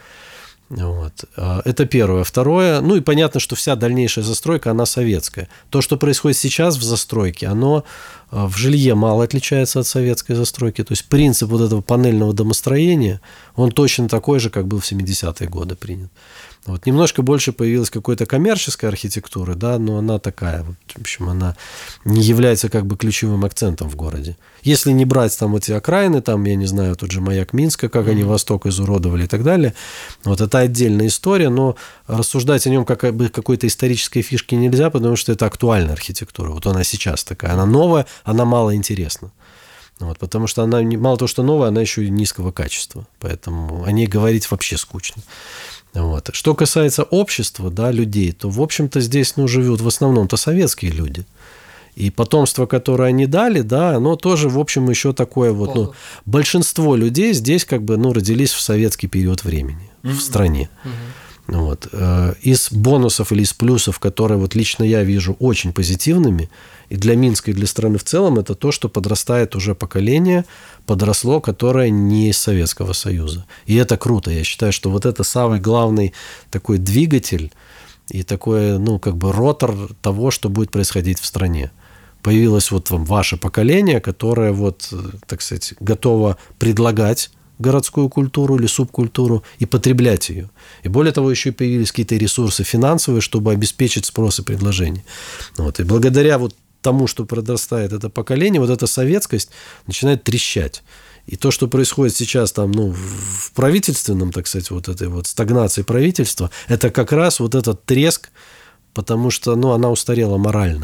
Вот. Это первое. Второе, ну и понятно, что вся дальнейшая застройка, она советская. То, что происходит сейчас в застройке, оно в жилье мало отличается от советской застройки. То есть принцип вот этого панельного домостроения, он точно такой же, как был в семидесятые годы принят. Вот. Немножко больше появилась какой-то коммерческой архитектуры, да, но она такая, вот, в общем, она не является как бы ключевым акцентом в городе. Если не брать там эти окраины, там, я не знаю, тот же маяк Минска, как mm-hmm. они Восток изуродовали и так далее, вот это отдельная история, но рассуждать о нем как об какой-то исторической фишке нельзя, потому что это актуальная архитектура, вот она сейчас такая, она новая, она мало интересна. Вот, потому что она мало того, что новая, она еще и низкого качества, поэтому о ней говорить вообще скучно. Вот. Что касается общества, да, людей, то, в общем-то, здесь, ну, живут в основном-то советские люди. И потомство, которое они дали, да, оно тоже, в общем, еще такое вот, ну, большинство людей здесь как бы, ну, родились в советский период времени, mm-hmm. в стране. Mm-hmm. Вот. Из бонусов или из плюсов, которые вот лично я вижу очень позитивными, и для Минска, и для страны в целом, это то, что подрастает уже поколение, подросло, которое не из Советского Союза. И это круто. Я считаю, что вот это самый главный такой двигатель и такой, ну, как бы ротор того, что будет происходить в стране. Появилось вот вам ваше поколение, которое вот, так сказать, готово предлагать городскую культуру или субкультуру и потреблять ее. И более того, еще и появились какие-то ресурсы финансовые, чтобы обеспечить спрос и предложение. Вот. И благодаря вот тому, что подрастает это поколение, вот эта советскость начинает трещать. И то, что происходит сейчас там, ну, в правительственном, так сказать, вот этой вот стагнации правительства, это как раз вот этот треск, потому что, ну, она устарела морально.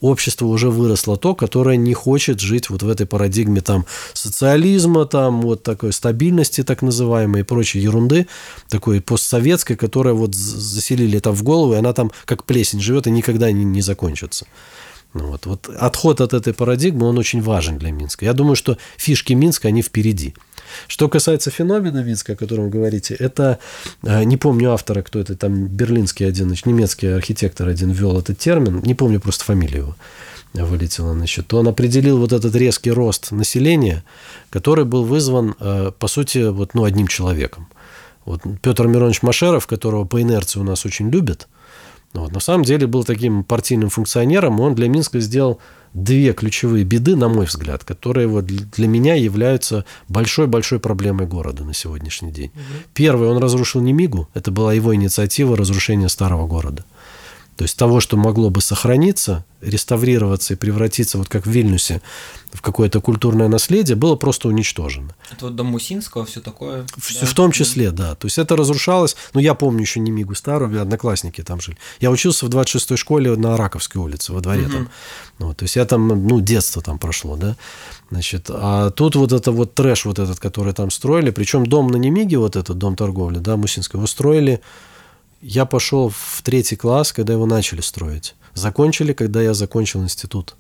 общество уже выросло то, которое не хочет жить вот в этой парадигме там социализма, там вот такой стабильности так называемой и прочей ерунды, такой постсоветской, которая вот заселили там в голову, и она там как плесень живет и никогда не, не закончится. Ну, вот, вот отход от этой парадигмы, он очень важен для Минска. Я думаю, что фишки Минска, они впереди. Что касается феномена Минска, о котором вы говорите, это, не помню автора, кто это, там берлинский один, значит, немецкий архитектор один ввел этот термин, не помню просто фамилию его, вылетела, значит, он определил вот этот резкий рост населения, который был вызван, по сути, вот, ну, одним человеком. Вот Петр Миронович Машеров, которого по инерции у нас очень любят, вот, на самом деле был таким партийным функционером, он для Минска сделал две ключевые беды, на мой взгляд, которые вот для меня являются большой-большой проблемой города на сегодняшний день. Угу. Первый, он разрушил Немигу, это была его инициатива разрушения старого города. То есть того, что могло бы сохраниться, реставрироваться и превратиться, вот как в Вильнюсе, в какое-то культурное наследие, было просто уничтожено. Это вот дом Мусинского, все такое? В, да? в том числе, да. То есть это разрушалось. Ну, я помню еще Немигу старую, одноклассники там жили. Я учился в двадцать шестой школе на Раковской улице, во дворе угу. там. Вот, то есть я там, ну, детство там прошло, да. Значит, а тут вот это вот трэш вот этот, который там строили, причем дом на Немиге, вот этот дом торговли, да, Мусинского, его строили. Я пошел в третий класс, когда его начали строить. Закончили, когда я закончил институт.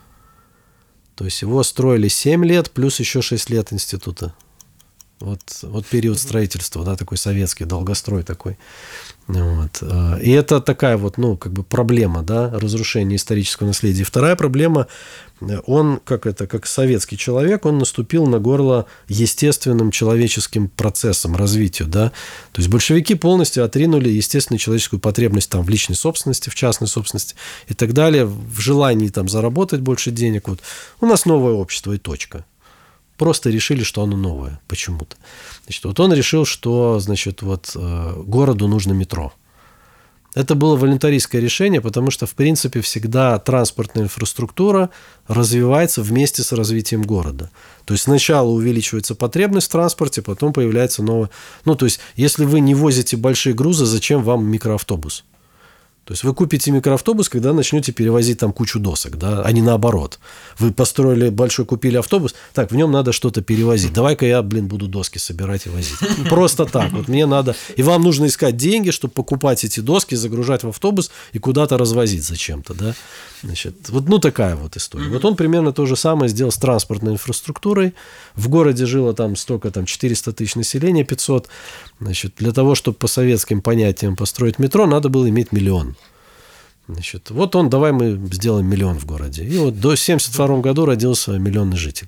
То есть его строили семь лет, плюс еще шесть лет института. Вот, вот период строительства, да, такой советский, долгострой такой. Вот. И это такая вот, ну, как бы проблема, да, разрушения исторического наследия. И вторая проблема, он, как это, как советский человек, он наступил на горло естественным человеческим процессом, развитию, да. То есть большевики полностью отринули естественную человеческую потребность там в личной собственности, в частной собственности и так далее, в желании там заработать больше денег. Вот. У нас новое общество и точка. Просто решили, что оно новое почему-то. Значит, вот он решил, что, значит, вот городу нужно метро. Это было волюнтаристское решение, потому что, в принципе, всегда транспортная инфраструктура развивается вместе с развитием города. То есть сначала увеличивается потребность в транспорте, потом появляется новое. Ну, то есть, если вы не возите большие грузы, зачем вам микроавтобус? То есть вы купите микроавтобус, когда начнете перевозить там кучу досок, да, а не наоборот. Вы построили большой, купили автобус, так, в нем надо что-то перевозить. Давай-ка я, блин, буду доски собирать и возить. Просто так. Вот мне надо... И вам нужно искать деньги, чтобы покупать эти доски, загружать в автобус и куда-то развозить зачем-то, да. Значит, вот, ну, такая вот история. Вот он примерно то же самое сделал с транспортной инфраструктурой. В городе жило там столько, там, четыреста тысяч населения, пятьсот. Значит, для того, чтобы по советским понятиям построить метро, надо было иметь миллион. Значит, вот он, давай мы сделаем миллион в городе. И вот до семьдесят втором году родился миллионный житель.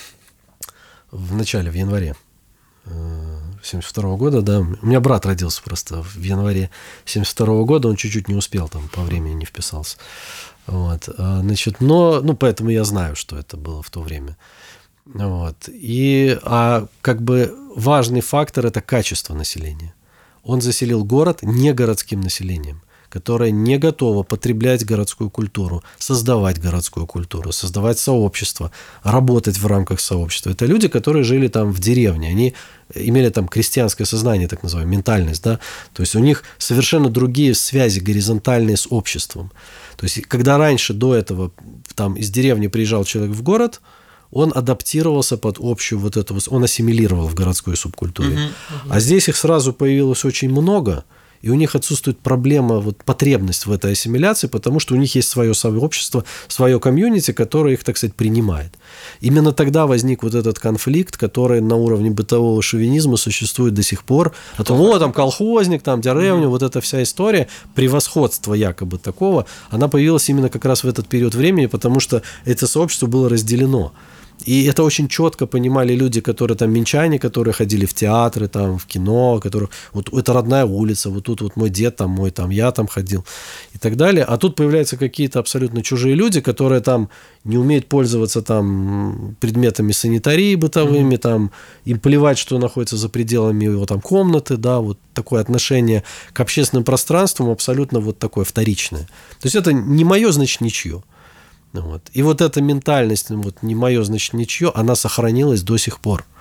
В начале, в январе семьдесят второго года, да. У меня брат родился просто в январе семьдесят второго года, он чуть-чуть не успел, там по времени не вписался. Вот. Значит, но, ну, поэтому я знаю, что это было в то время. Вот. И, а как бы важный фактор – это качество населения. Он заселил город не городским населением, которое не готово потреблять городскую культуру, создавать городскую культуру, создавать сообщество, работать в рамках сообщества. Это люди, которые жили там в деревне, они имели там крестьянское сознание, так называемое, ментальность, да, то есть у них совершенно другие связи горизонтальные с обществом. То есть когда раньше, до этого, там из деревни приезжал человек в город, он адаптировался под общую вот эту, он ассимилировал в городской субкультуре. Uh-huh, uh-huh. А здесь их сразу появилось очень много, и у них отсутствует проблема, вот, потребность в этой ассимиляции, потому что у них есть свое сообщество, свое комьюнити, которое их, так сказать, принимает. Именно тогда возник вот этот конфликт, который на уровне бытового шовинизма существует до сих пор. О том, о, там колхозник, там деревня, mm-hmm. вот эта вся история, превосходство якобы такого, она появилась именно как раз в этот период времени, потому что это сообщество было разделено. И это очень четко понимали люди, которые там минчане, которые ходили в театры, там, в кино, которые, вот это родная улица, вот тут вот мой дед там, мой там, я там ходил и так далее. А тут появляются какие-то абсолютно чужие люди, которые там не умеют пользоваться там предметами санитарии бытовыми, mm-hmm. там, им плевать, что находится за пределами его там комнаты, да, вот такое отношение к общественным пространствам абсолютно вот такое вторичное. То есть это не мое, значит, ничье. Вот. И вот эта ментальность, вот, не мое, значит, ничье, она сохранилась до сих пор.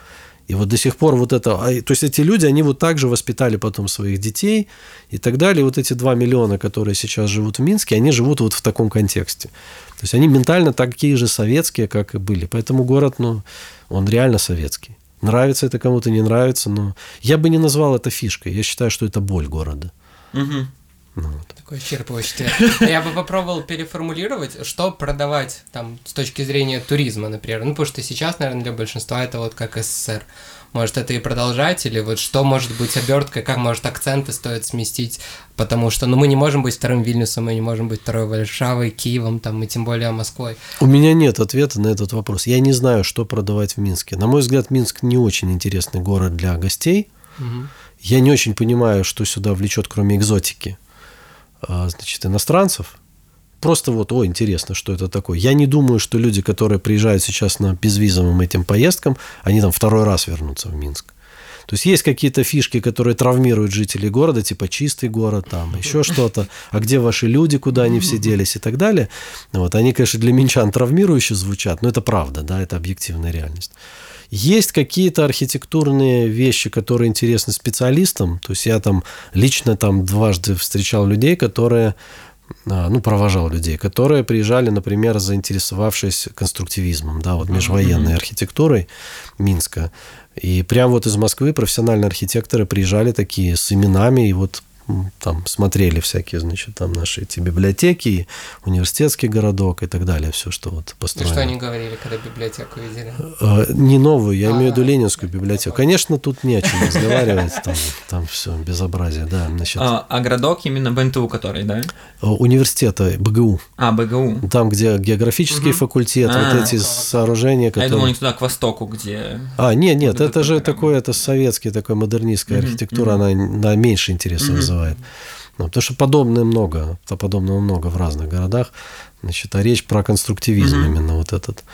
И вот до сих пор вот это... То есть эти люди, они вот так же воспитали потом своих детей и так далее. Вот эти два миллиона, которые сейчас живут в Минске, они живут вот в таком контексте. То есть они ментально такие же советские, как и были. Поэтому город, ну, он реально советский. Нравится это кому-то, не нравится, но... Я бы не назвал это фишкой. Я считаю, что это боль города. Угу. Ну, вот. Такой исчерпывающий. Я бы попробовал переформулировать, что продавать там с точки зрения туризма, например. Ну, потому что сейчас, наверное, для большинства это вот как СССР. Может, это и продолжать, или вот что может быть оберткой, как, может, акценты стоит сместить, потому что, ну, мы не можем быть вторым Вильнюсом, мы не можем быть второй Варшавой, Киевом, там, и тем более Москвой. У меня нет ответа на этот вопрос. Я не знаю, что продавать в Минске. На мой взгляд, Минск не очень интересный город для гостей. Угу. Я не очень понимаю, что сюда влечет, кроме экзотики, значит, иностранцев. Просто вот, о, интересно, что это такое. Я не думаю, что люди, которые приезжают сейчас на безвизовым этим поездкам, они там второй раз вернутся в Минск. То есть есть какие-то фишки, которые травмируют жителей города, типа чистый город, там еще что-то, а где ваши люди, куда они все делись и так далее. Вот. Они, конечно, для минчан травмирующе звучат, но это правда, да, это объективная реальность. Есть какие-то архитектурные вещи, которые интересны специалистам. То есть я там лично там дважды встречал людей, которые, ну, провожал людей, которые приезжали, например, заинтересовавшись конструктивизмом, да, вот межвоенной архитектурой Минска. И прямо вот из Москвы профессиональные архитекторы приезжали такие с именами, и вот там смотрели всякие, значит, там наши эти библиотеки, университетский городок и так далее, все, что вот построено. И что они говорили, когда библиотеку видели? Не новую, я а, имею в виду Ленинскую библиотеку. Конечно, тут не о чем разговаривать, там, там все безобразие, да. Значит, а, а городок именно БНТУ, который, да? Университета БГУ. А, БГУ. Там, где географический угу. факультет, а, вот эти сооружения, которые... А я думал, не туда, к востоку, где... А, нет, нет, это же такое, это советский, такой модернистская угу. архитектура, угу. она, она меньше интереса угу. вызывает. Ну, потому что подобное много, подобного много в разных городах. Значит, а речь про конструктивизм mm-hmm. именно вот этот.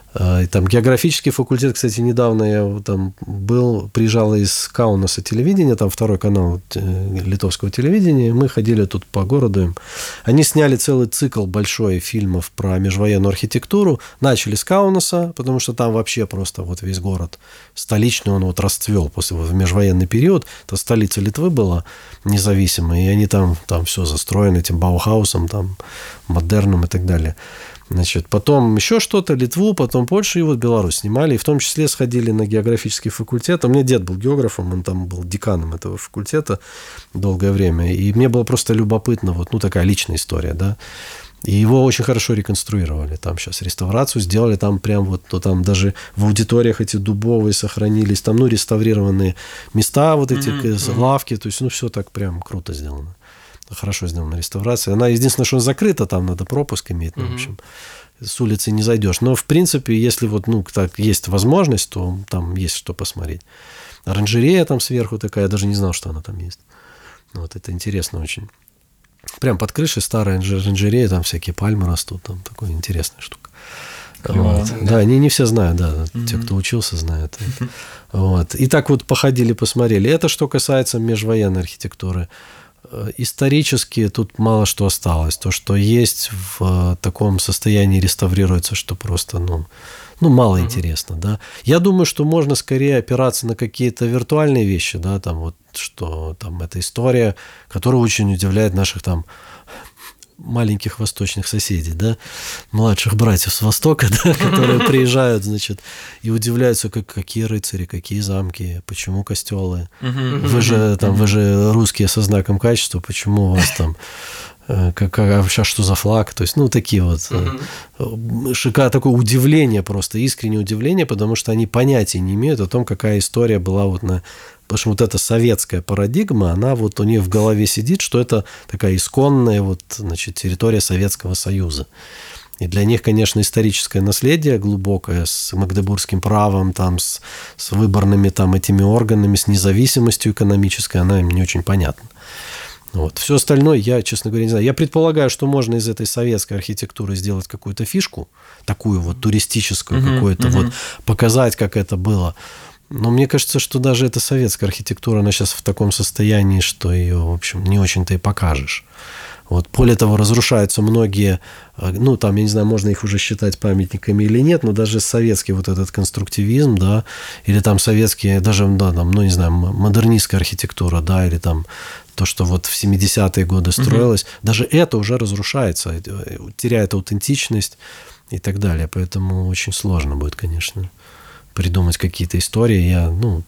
И там географический факультет, кстати, недавно я там был, приезжал из Каунаса телевидения, там второй канал литовского телевидения, мы ходили тут по городу им. Они сняли целый цикл большой фильмов про межвоенную архитектуру, начали с Каунаса, потому что там вообще просто вот весь город столичный, он вот расцвел после вот в межвоенный период, это столица Литвы была независимая, и они там, там все застроено этим Баухаусом, там, модерном и так далее. Значит, потом еще что-то, Литву, потом Польшу и вот Беларусь снимали. И в том числе сходили на географический факультет. У меня дед был географом, он там был деканом этого факультета долгое время. И мне было просто любопытно, вот, ну, такая личная история, да. И его очень хорошо реконструировали. Там сейчас реставрацию сделали, там прям вот, то там даже в аудиториях эти дубовые сохранились, там, ну, реставрированные места, вот эти mm-hmm. лавки, то есть, ну, все так прям круто сделано. Хорошо сделана реставрация. Она единственное, что закрыта, там надо пропуск иметь, ну, mm-hmm. в общем, с улицы не зайдешь. Но, в принципе, если вот, ну, так есть возможность, то там есть что посмотреть. Оранжерея там сверху такая, я даже не знал, что она там есть. Вот, это интересно очень. Прям под крышей старая оранжерея, там всякие пальмы растут, там такая интересная штука. Вот. Да, да, они не все знают, да, mm-hmm. те, кто учился, знают. Mm-hmm. Вот. И так вот походили, посмотрели. Это что касается межвоенной архитектуры. Исторически тут мало что осталось. То, что есть в таком состоянии, реставрируется, что просто, ну, ну мало mm-hmm. интересно, да. Я думаю, что можно скорее опираться на какие-то виртуальные вещи, да, там вот, что там эта история, которая очень удивляет наших там маленьких восточных соседей, да, младших братьев с Востока, да, которые приезжают, значит, и удивляются, как, какие рыцари, какие замки, почему костелы. Вы же там, вы же русские со знаком качества, почему у вас там, как, а сейчас что за флаг? То есть, ну, такие вот шика, такое удивление просто, искреннее удивление, потому что они понятия не имеют о том, какая история была вот на... Потому что вот эта советская парадигма, она вот у них в голове сидит, что это такая исконная вот, значит, территория Советского Союза. И для них, конечно, историческое наследие глубокое с магдебургским правом, там, с, с выборными там, этими органами, с независимостью экономической, она им не очень понятна. Вот. Все остальное я, честно говоря, не знаю. Я предполагаю, что можно из этой советской архитектуры сделать какую-то фишку, такую вот туристическую, uh-huh, какую-то, uh-huh. вот, показать, как это было. Но мне кажется, что даже эта советская архитектура, она сейчас в таком состоянии, что ее, в общем, не очень-то и покажешь. Вот. Более того, разрушаются многие, ну, там, я не знаю, можно их уже считать памятниками или нет, но даже советский вот этот конструктивизм, да, или там советские, даже, да, там, ну, не знаю, модернистская архитектура, да, или там то, что вот в семидесятые годы строилось, угу. даже это уже разрушается, теряет аутентичность и так далее. Поэтому очень сложно будет, конечно, придумать какие-то истории. Я, ну,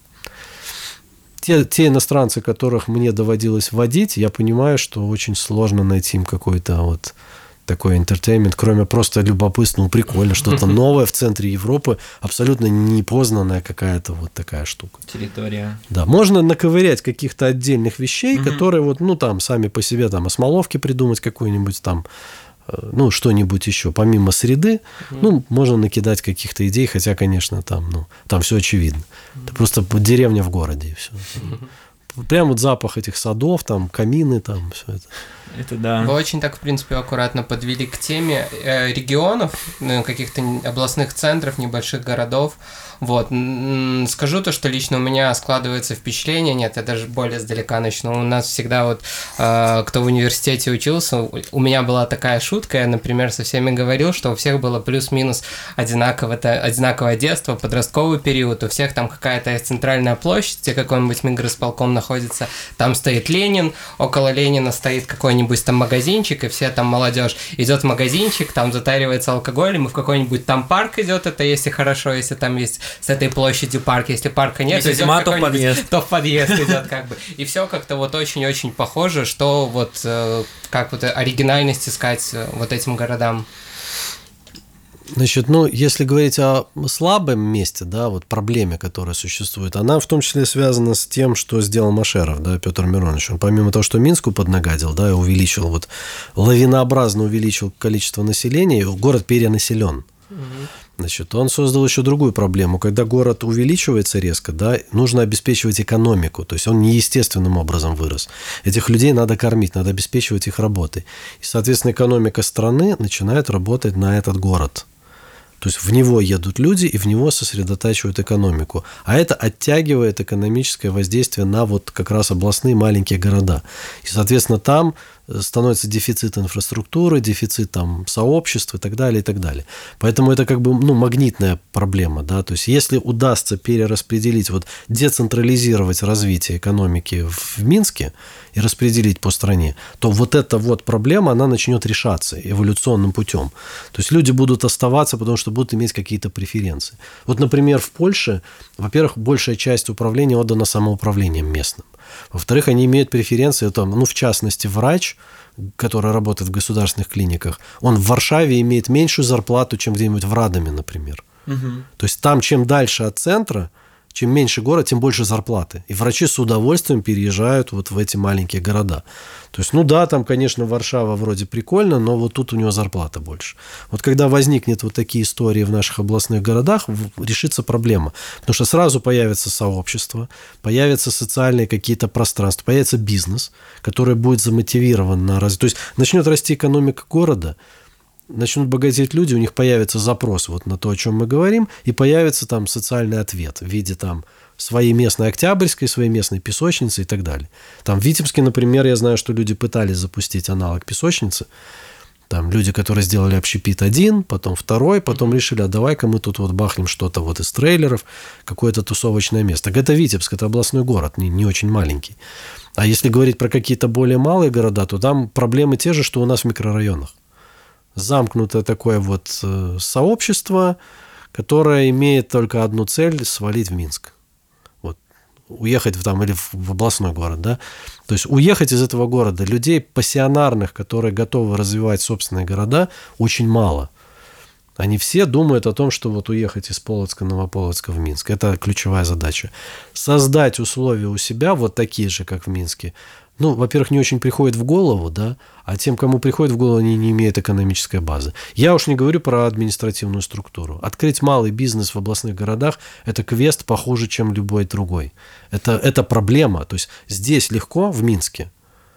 те, те иностранцы, которых мне доводилось водить, я понимаю, что очень сложно найти им какой-то вот такой entertainment, кроме просто любопытства, ну, прикольно, что-то новое в центре Европы, абсолютно непознанная какая-то вот такая штука. Территория. Да, можно наковырять каких-то отдельных вещей, угу. которые вот, ну, там, сами по себе, там, осмоловки придумать какой-нибудь там, ну, что-нибудь еще, помимо среды, mm. ну, можно накидать каких-то идей, хотя, конечно, там, ну, там все очевидно. Mm. Это просто деревня в городе, и все. Mm-hmm. Прям вот запах этих садов, там, камины, там, все это. Это да. Вы очень так, в принципе, аккуратно подвели к теме э, регионов, ну, каких-то областных центров, небольших городов. Вот. Скажу то, что лично у меня складывается впечатление, нет, я даже более сдалека начну. У нас всегда вот, э, кто в университете учился, у меня была такая шутка, я, например, со всеми говорил, что у всех было плюс-минус одинаковое, одинаковое детство, подростковый период, у всех там какая-то центральная площадь, где какой-нибудь мигросполком находится, там стоит Ленин, около Ленина стоит какой-нибудь там магазинчик, и все там молодежь идет в магазинчик, там затаривается алкоголем, и в какой-нибудь там парк идет, это если хорошо, если там есть с этой площадью парк, если парка нет, если зима, то в подъезд. То в подъезд идет как бы. И все как-то вот очень-очень похоже, что вот как вот оригинальность искать вот этим городам. Значит, ну, если говорить о слабом месте, да, вот проблеме, которая существует, она в том числе связана с тем, что сделал Машеров, да, Петр Миронович. Он помимо того, что Минску поднагадил, да, и увеличил, вот, лавинообразно увеличил количество населения, город перенаселен. Угу. Значит, он создал еще другую проблему. Когда город увеличивается резко, да, нужно обеспечивать экономику. То есть он неестественным образом вырос. Этих людей надо кормить, надо обеспечивать их работой. И, соответственно, экономика страны начинает работать на этот город. То есть в него едут люди и в него сосредотачивают экономику. А это оттягивает экономическое воздействие на вот как раз областные маленькие города. И, соответственно, там становится дефицит инфраструктуры, дефицит там сообществ и так далее, и так далее. Поэтому это как бы, ну, магнитная проблема, да, то есть если удастся перераспределить, вот децентрализировать развитие экономики в Минске и распределить по стране, то вот эта вот проблема, она начнет решаться эволюционным путем. То есть люди будут оставаться, потому что будут иметь какие-то преференции. Вот, например, в Польше, во-первых, большая часть управления отдана самоуправлением местным. Во-вторых, они имеют преференции, там, ну, в частности, врач, который работает в государственных клиниках, он в Варшаве имеет меньшую зарплату, чем где-нибудь в Радоме, например. Угу. То есть там, чем дальше от центра, чем меньше город, тем больше зарплаты. И врачи с удовольствием переезжают вот в эти маленькие города. То есть, ну да, там, конечно, Варшава вроде прикольно, но вот тут у него зарплата больше. Вот когда возникнет вот такие истории в наших областных городах, решится проблема. Потому что сразу появится сообщество, появятся социальные какие-то пространства, появится бизнес, который будет замотивирован на развитие. То есть, начнет расти экономика города, начнут богатеть люди, у них появится запрос вот на то, о чем мы говорим, и появится там социальный ответ в виде там своей местной Октябрьской, своей местной песочницы и так далее. Там в Витебске, например, я знаю, что люди пытались запустить аналог песочницы. Там люди, которые сделали общепит один, потом второй, потом решили, а давай-ка мы тут вот бахнем что-то вот из трейлеров, какое-то тусовочное место. Так это Витебск, это областной город, не, не очень маленький. А если говорить про какие-то более малые города, то там проблемы те же, что у нас в микрорайонах. Замкнутое такое вот сообщество, которое имеет только одну цель – свалить в Минск. Вот. Уехать в, там, или в областной город. Да? То есть уехать из этого города. Людей пассионарных, которые готовы развивать собственные города, очень мало. Они все думают о том, что вот уехать из Полоцка, Новополоцка в Минск. Это ключевая задача. Создать условия у себя, вот такие же, как в Минске, ну, во-первых, не очень приходит в голову, да, а тем, кому приходит в голову, они не имеют экономической базы. Я уж не говорю про административную структуру. Открыть малый бизнес в областных городах – это квест похуже, чем любой другой. Это, это проблема. То есть здесь легко, в Минске,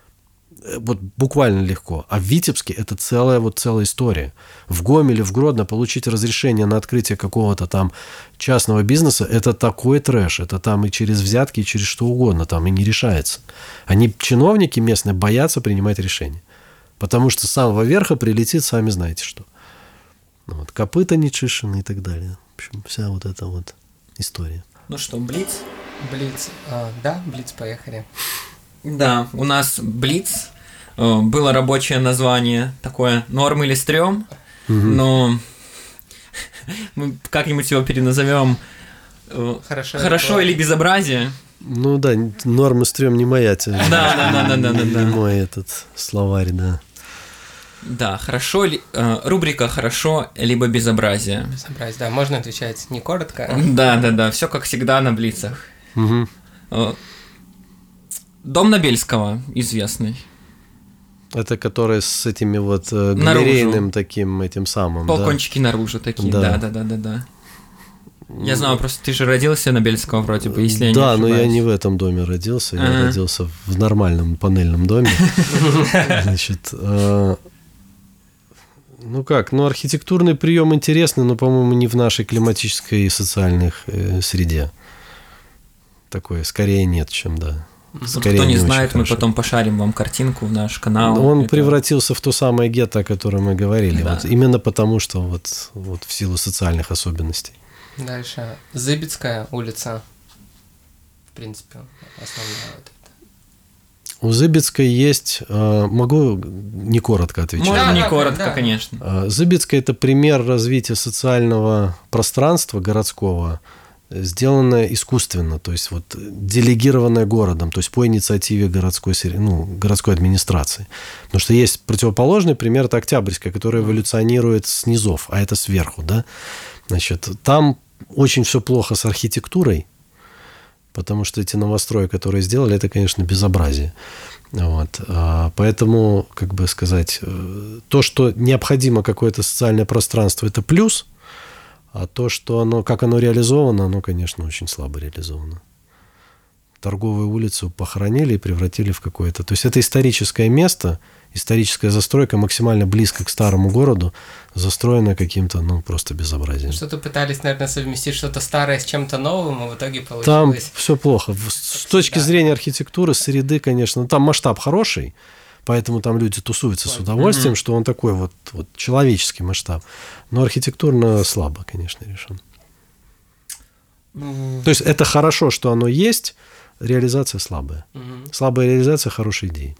вот буквально легко, а в Витебске это целая, вот целая история. В Гомеле, в Гродно получить разрешение на открытие какого-то там частного бизнеса – это такой трэш, это там и через взятки, и через что угодно, там и не решается. Они, чиновники местные, боятся принимать решения. Потому что с самого верха прилетит, сами знаете что. Вот, копыта не чешины и так далее. В общем, вся вот эта вот история. Ну что, блиц? Блиц. А, да, блиц, поехали. Да, у нас блиц. Было рабочее название такое «Норм или стрём», угу. Но мы как-нибудь его переназовем «Хорошо, Хорошо или безобразие». Ну да, норм и стрём не моя, да, да, да, да, да, да, не мой этот словарь, да. Да, хорошо ли, э, рубрика «Хорошо либо безобразие». Безобразие, да, можно отвечать не коротко. Да, да, да, все как всегда на блицах. Угу. Э, Дом на Бельского известный. Это который с этими вот э, галерейным таким этим самым, балкончики да? наружу такие, да, да, да, да, да. Я знаю, просто ты же родился на Бельского вроде бы, если я да, не но ошибаюсь. я не в этом доме родился, я А-а. родился в нормальном панельном доме. Значит, ну как, ну архитектурный прием интересный, но, по-моему, не в нашей климатической и социальной среде. Такое скорее нет, чем да. Скорее, кто не, не знает, мы потом пошарим вам картинку в наш канал. Он это... превратился в то самое гетто, о котором мы говорили. Да. Вот, именно потому, что вот, вот в силу социальных особенностей. Дальше. Зыбицкая улица. В принципе, основная вот эта. У Зыбицкой есть... Могу не коротко отвечать? Можно да, не да, коротко, да. конечно. Зыбицкая – это пример развития социального пространства городского, сделанное искусственно, то есть вот делегированное городом, то есть по инициативе городской, ну, городской администрации. Потому что есть противоположный пример, это Октябрьская, которая эволюционирует с низов, а это сверху, да. Значит, там очень все плохо с архитектурой, потому что эти новострои, которые сделали, это, конечно, безобразие. Вот. Поэтому, как бы сказать, то, что необходимо какое-то социальное пространство, это плюс, а то, что оно, как оно реализовано, оно, конечно, очень слабо реализовано. Торговую улицу похоронили и превратили в какое-то... То есть это историческое место, историческая застройка максимально близко к старому городу, застроена каким-то, ну, просто безобразием. Что-то пытались, наверное, совместить что-то старое с чем-то новым, и в итоге получилось... Там все плохо. С точки да. зрения архитектуры, среды, конечно, там масштаб хороший, поэтому там люди тусуются с удовольствием, mm-hmm. что он такой вот, вот человеческий масштаб. Но архитектурно слабо, конечно, решен. Mm-hmm. То есть это хорошо, что оно есть, реализация слабая. Mm-hmm. Слабая реализация хорошей идеи.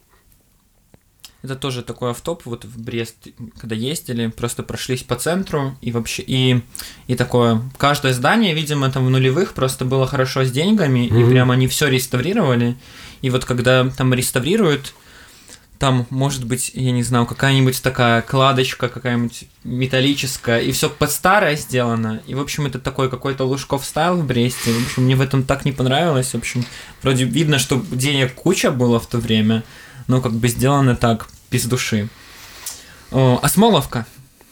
Это тоже такой автоп, вот в Брест, когда ездили, просто прошлись по центру, и вообще, и, и такое, каждое здание, видимо, там в нулевых просто было хорошо с деньгами, mm-hmm. и прямо они все реставрировали, и вот когда там реставрируют, там, может быть, я не знаю, какая-нибудь такая кладочка, какая-нибудь металлическая, и все под старое сделано. И, в общем, это такой какой-то Лужков стайл в Бресте. В общем, мне в этом так не понравилось. В общем, вроде видно, что денег куча было в то время, но как бы сделано так, без души. О, Осмоловка.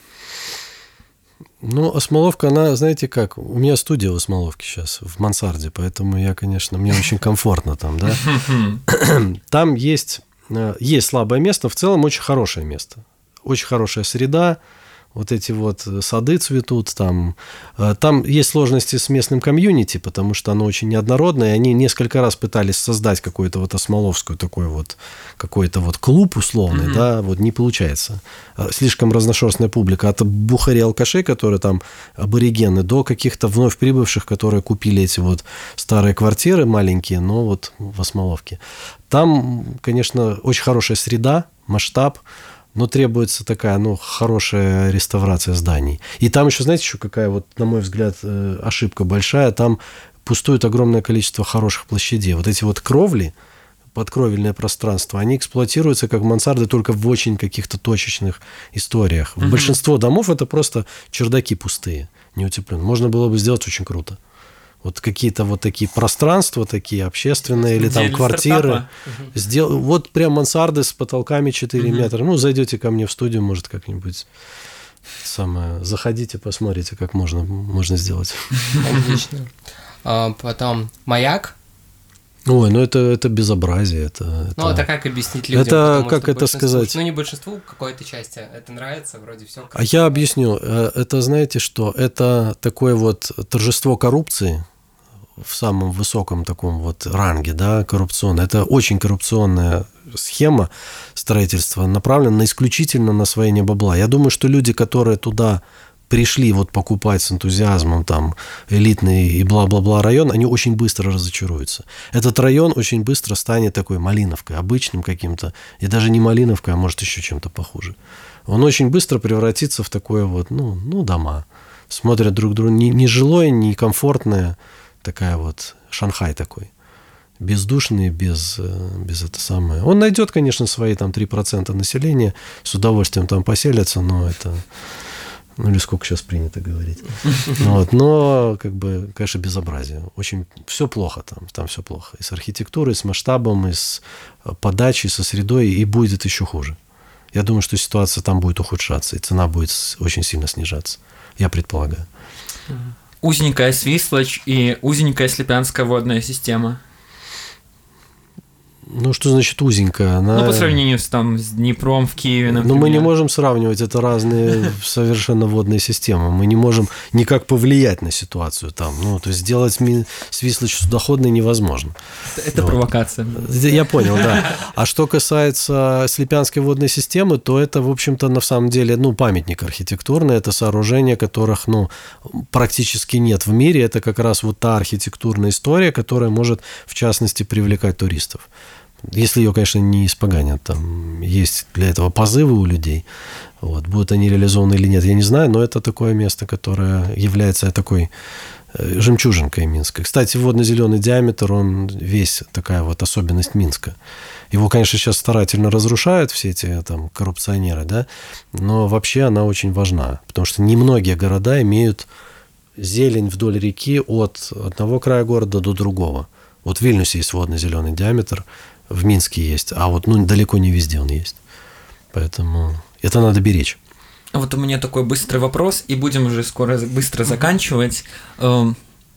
Ну, Осмоловка, она, знаете как, у меня студия в Осмоловке сейчас, в мансарде, поэтому я, конечно, мне очень комфортно там, да. Там есть... Есть слабое место, в целом очень хорошее место. Очень хорошая среда, вот эти вот сады цветут, там, там есть сложности с местным комьюнити, потому что оно очень неоднородное, и они несколько раз пытались создать какую-то вот осмоловскую такой вот, какой-то вот клуб условный, mm-hmm. да, вот не получается. Слишком разношерстная публика, от бухарей-алкашей, которые там аборигены, до каких-то вновь прибывших, которые купили эти вот старые квартиры маленькие, но вот в Осмоловке. Там, конечно, очень хорошая среда, масштаб, но требуется такая, ну, хорошая реставрация зданий. И там еще, знаете, еще какая вот, на мой взгляд, ошибка большая. Там пустует огромное количество хороших площадей. Вот эти вот кровли, подкровельное пространство, они эксплуатируются как мансарды только в очень каких-то точечных историях. Mm-hmm. Большинство домов это просто чердаки пустые, неутепленные. Можно было бы сделать очень круто. Вот какие-то вот такие пространства, такие общественные, или там квартиры. Сдел... Вот прям мансарды с потолками четыре метра. Ну, зайдете ко мне в студию, может, как-нибудь самое... Заходите, посмотрите, как можно, можно сделать. Отлично. А, потом маяк. Ой, ну это, это безобразие. Это, ну, это... это как объяснить людям? Это, как это сказать? Ну, не большинству, какой-то части это нравится, вроде все. А я объясню. Это, знаете что? Это такое вот торжество коррупции в самом высоком таком вот ранге, да, коррупционной. Это очень коррупционная схема строительства, направлена исключительно на освоение бабла. Я думаю, что люди, которые туда пришли вот покупать с энтузиазмом там элитный и бла-бла-бла район, они очень быстро разочаруются. Этот район очень быстро станет такой малиновкой, обычным каким-то, и даже не малиновкой, а может еще чем-то похуже. Он очень быстро превратится в такое вот, ну, ну дома. Смотрят друг друга, не, не жилое, не комфортное, такая вот Шанхай такой. Бездушный, без, без это самое. Он найдет, конечно, свои там три процента населения, с удовольствием там поселятся, но это... Ну, или сколько сейчас принято говорить. Вот. Но, как бы, конечно, безобразие. Очень все плохо там. Там все плохо. И с архитектурой, и с масштабом, и с подачей, со средой, и будет еще хуже. Я думаю, что ситуация там будет ухудшаться, и цена будет очень сильно снижаться. Я предполагаю. Узенькая Свислочь и узенькая Слепянская водная система. Ну, что значит узенькая? Она... Ну, по сравнению с, там, с Днепром в Киеве, например. Ну, мы не можем сравнивать, это разные совершенно водные системы. Мы не можем никак повлиять на ситуацию там. Ну, то есть сделать Свислочь судоходной невозможно. Это, это вот. Провокация. Я понял, да. А что касается Слепянской водной системы, то это, в общем-то, на самом деле, ну, памятник архитектурный. Это сооружения, которых, ну, практически нет в мире. Это как раз вот та архитектурная история, которая может, в частности, привлекать туристов. Если ее, конечно, не испоганят, там есть для этого позывы у людей. Вот. Будут они реализованы или нет, я не знаю, но это такое место, которое является такой жемчужинкой Минска. Кстати, водно-зеленый диаметр, он весь такая вот особенность Минска. Его, конечно, сейчас старательно разрушают все эти там коррупционеры, да, но вообще она очень важна, потому что немногие города имеют зелень вдоль реки от одного края города до другого. Вот в Вильнюсе есть водно-зеленый диаметр, в Минске есть, а вот ну, далеко не везде он есть. Поэтому это надо беречь. Вот у меня такой быстрый вопрос, и будем уже скоро быстро заканчивать. Вот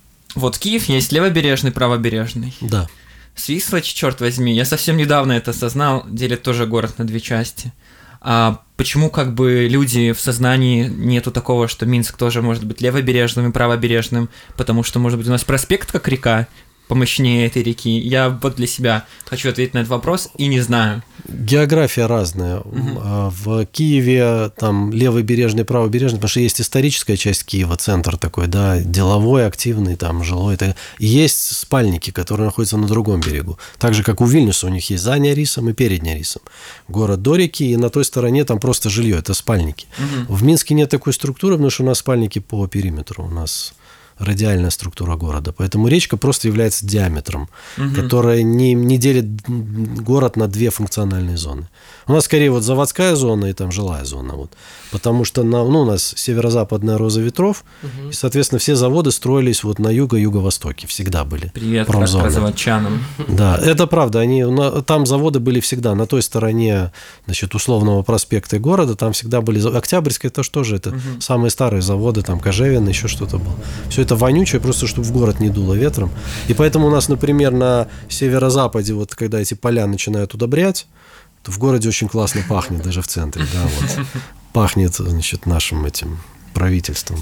в Киев есть левобережный, правобережный. Да. Свислочь, черт возьми, я совсем недавно это осознал, делит тоже город на две части. А почему как бы люди в сознании нету такого, что Минск тоже может быть левобережным и правобережным? Потому что, может быть, у нас проспект как река, помощнее этой реки. Я вот для себя хочу ответить на этот вопрос и не знаю. География разная. Угу. В Киеве там левый бережный, правый бережный, потому что есть историческая часть Киева, центр такой, да, деловой, активный, там, жилой. И есть спальники, которые находятся на другом берегу. Так же, как у Вильнюса, у них есть задняя рисом и передняя рисом. Город до реки, и на той стороне там просто жилье, это спальники. Угу. В Минске нет такой структуры, потому что у нас спальники по периметру, у нас радиальная структура города. Поэтому речка просто является диаметром, угу. которая не, не делит город на две функциональные зоны. У нас скорее вот заводская зона и там жилая зона. Вот. Потому что на, ну, у нас северо-западная роза ветров, угу. и, соответственно, все заводы строились вот на юго-юго-востоке. Всегда были. Привет заводчанам. Да, это правда. Они, там заводы были всегда. На той стороне, значит, условного проспекта города, там всегда были... Октябрьская, это что же? Это угу. самые старые заводы, там Кожевин, еще что-то было. Все это вонючее, просто чтобы в город не дуло ветром. И поэтому у нас, например, на северо-западе, вот когда эти поля начинают удобрять, то в городе очень классно пахнет, даже в центре, да, вот. Пахнет, значит, нашим этим правительством.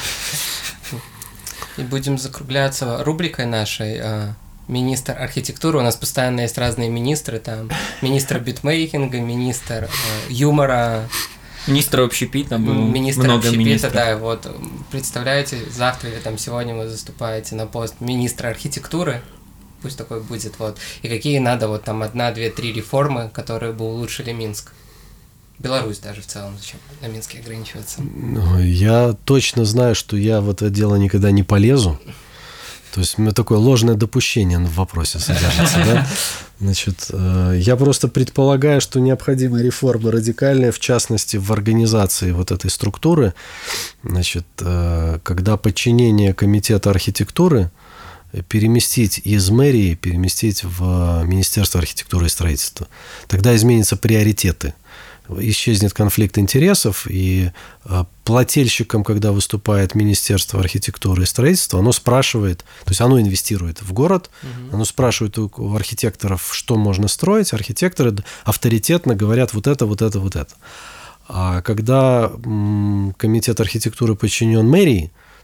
И будем закругляться рубрикой нашей «Министр архитектуры». У нас постоянно есть разные министры, там, министр битмейкинга, министр юмора, министр общепита, министр много общепита, министров. Да, вот, представляете, завтра или там сегодня вы заступаете на пост министра архитектуры, пусть такой будет, вот, и какие надо вот там одна, две, три реформы, которые бы улучшили Минск. Беларусь даже в целом, зачем на Минске ограничиваться? Я точно знаю, что я в это дело никогда не полезу. То есть у меня такое ложное допущение в вопросе содержится, да? Значит, я просто предполагаю, что необходима реформа радикальная, в частности, в организации вот этой структуры, значит, когда подчинение комитета архитектуры переместить из мэрии, переместить в Министерство архитектуры и строительства. Тогда изменятся приоритеты. Исчезнет конфликт интересов, и плательщиком, когда выступает Министерство архитектуры и строительства, оно спрашивает, то есть оно инвестирует в город, угу. оно спрашивает у архитекторов, что можно строить, архитекторы авторитетно говорят вот это, вот это, вот это. А когда комитет архитектуры подчинен мэрии,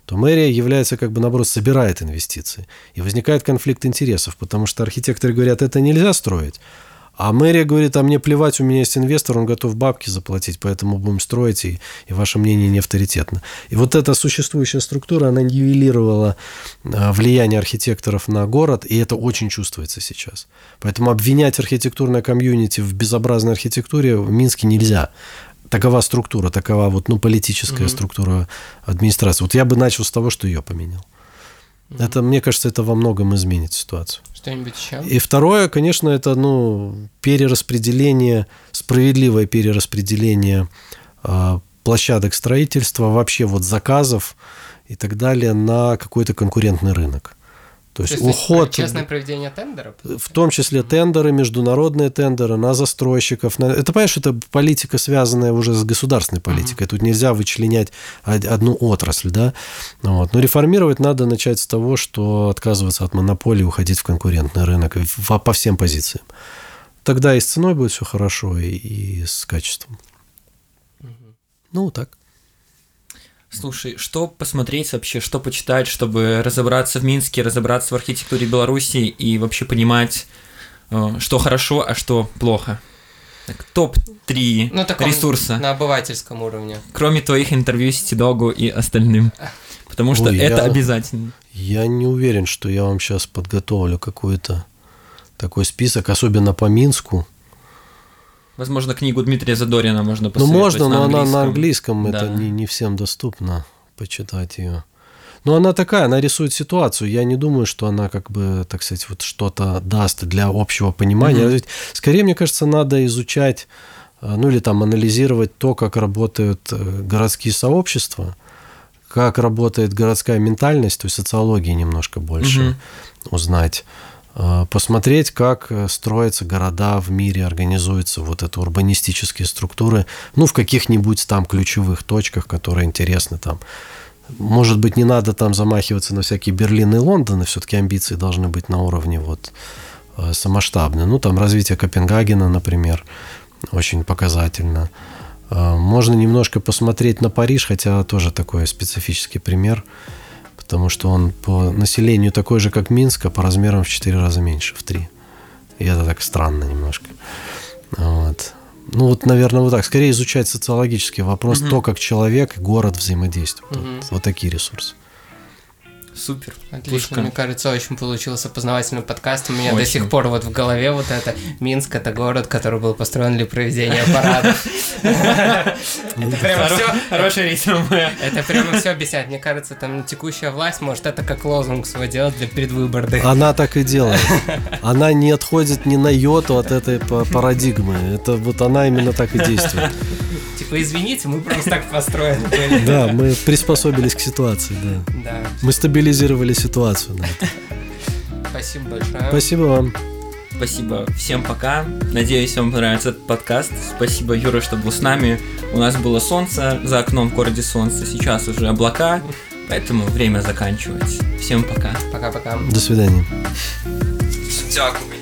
то мэрия является, как бы, наоборот, собирает инвестиции. И возникает конфликт интересов, потому что архитекторы говорят, это нельзя строить. А мэрия говорит, а мне плевать, у меня есть инвестор, он готов бабки заплатить, поэтому будем строить, и, и ваше мнение не авторитетно. И вот эта существующая структура, она нивелировала влияние архитекторов на город, и это очень чувствуется сейчас. Поэтому обвинять архитектурное комьюнити в безобразной архитектуре в Минске нельзя. Такова структура, такова вот, ну, политическая mm-hmm. структура администрации. Вот я бы начал с того, что ее поменял. Mm-hmm. Это, мне кажется, это во многом изменит ситуацию. Что-нибудь еще? И второе, конечно, это, ну, перераспределение, справедливое перераспределение э, площадок строительства, вообще вот заказов и так далее на какой-то конкурентный рынок. То есть, То есть уход... Честное проведение тендеров? В том числе тендеры, международные тендеры на застройщиков. На... Это, понимаешь, это политика, связанная уже с государственной политикой. Uh-huh. Тут нельзя вычленять одну отрасль, да. Вот. Но реформировать надо начать с того, что отказываться от монополии, уходить в конкурентный рынок по всем позициям. Тогда и с ценой будет все хорошо, и, и с качеством. Uh-huh. Ну, так. Слушай, что посмотреть вообще, что почитать, чтобы разобраться в Минске, разобраться в архитектуре Беларуси и вообще понимать, что хорошо, а что плохо? Так, топ три ну, ресурса. На обывательском уровне. Кроме твоих интервью Ситидогу и остальным. Потому что Ой, это я, обязательно. Я не уверен, что я вам сейчас подготовлю какой-то такой список, особенно по Минску. Возможно, книгу Дмитрия Задорина можно посоветовать. Ну, можно, на но английском. она на английском, да. это не, не всем доступно почитать ее. Но она такая, она рисует ситуацию. Я не думаю, что она, как бы, так сказать, вот что-то даст для общего понимания. Mm-hmm. Скорее, мне кажется, надо изучать, ну, или там анализировать то, как работают городские сообщества, как работает городская ментальность, то есть социологии немножко больше mm-hmm. узнать. Посмотреть, как строятся города в мире, организуются вот это урбанистические структуры, ну, в каких-нибудь там ключевых точках, которые интересны там. Может быть, не надо там замахиваться на всякие Берлины и Лондоны, все-таки амбиции должны быть на уровне вот самоштабные. Ну, там развитие Копенгагена, например, очень показательно. Можно немножко посмотреть на Париж, хотя тоже такой специфический пример, потому что он по населению такой же, как Минск, а по размерам в четыре раза меньше, в три. И это так странно немножко. Вот. Ну вот, наверное, вот так. Скорее изучать социологический вопрос, угу. то, как человек и город взаимодействуют. Угу. Вот, вот такие ресурсы. Супер. Отлично, Пушка. Мне кажется, очень получился познавательный подкаст. У меня очень. до сих пор вот в голове вот это Минск — это город, который был построен для проведения парадов. Это прямо все. Хорошее резюме. Это прямо все объясняет. Мне кажется, там текущая власть может это как лозунг свой делать для предвыборных. Она так и делает. Она не отходит ни на йоту от этой парадигмы. Это вот она именно так и действует. Типа, извините, мы просто так построены были. Да, мы приспособились к ситуации, да. Да. Мы стабилизировали ситуацию на это. Спасибо большое. Спасибо вам. Спасибо. Всем пока. Надеюсь, вам понравится этот подкаст. Спасибо, Юра, что был с нами. У нас было солнце, за окном в городе солнце. Сейчас уже облака, поэтому время заканчивать. Всем пока. Пока-пока. До свидания. Дякую.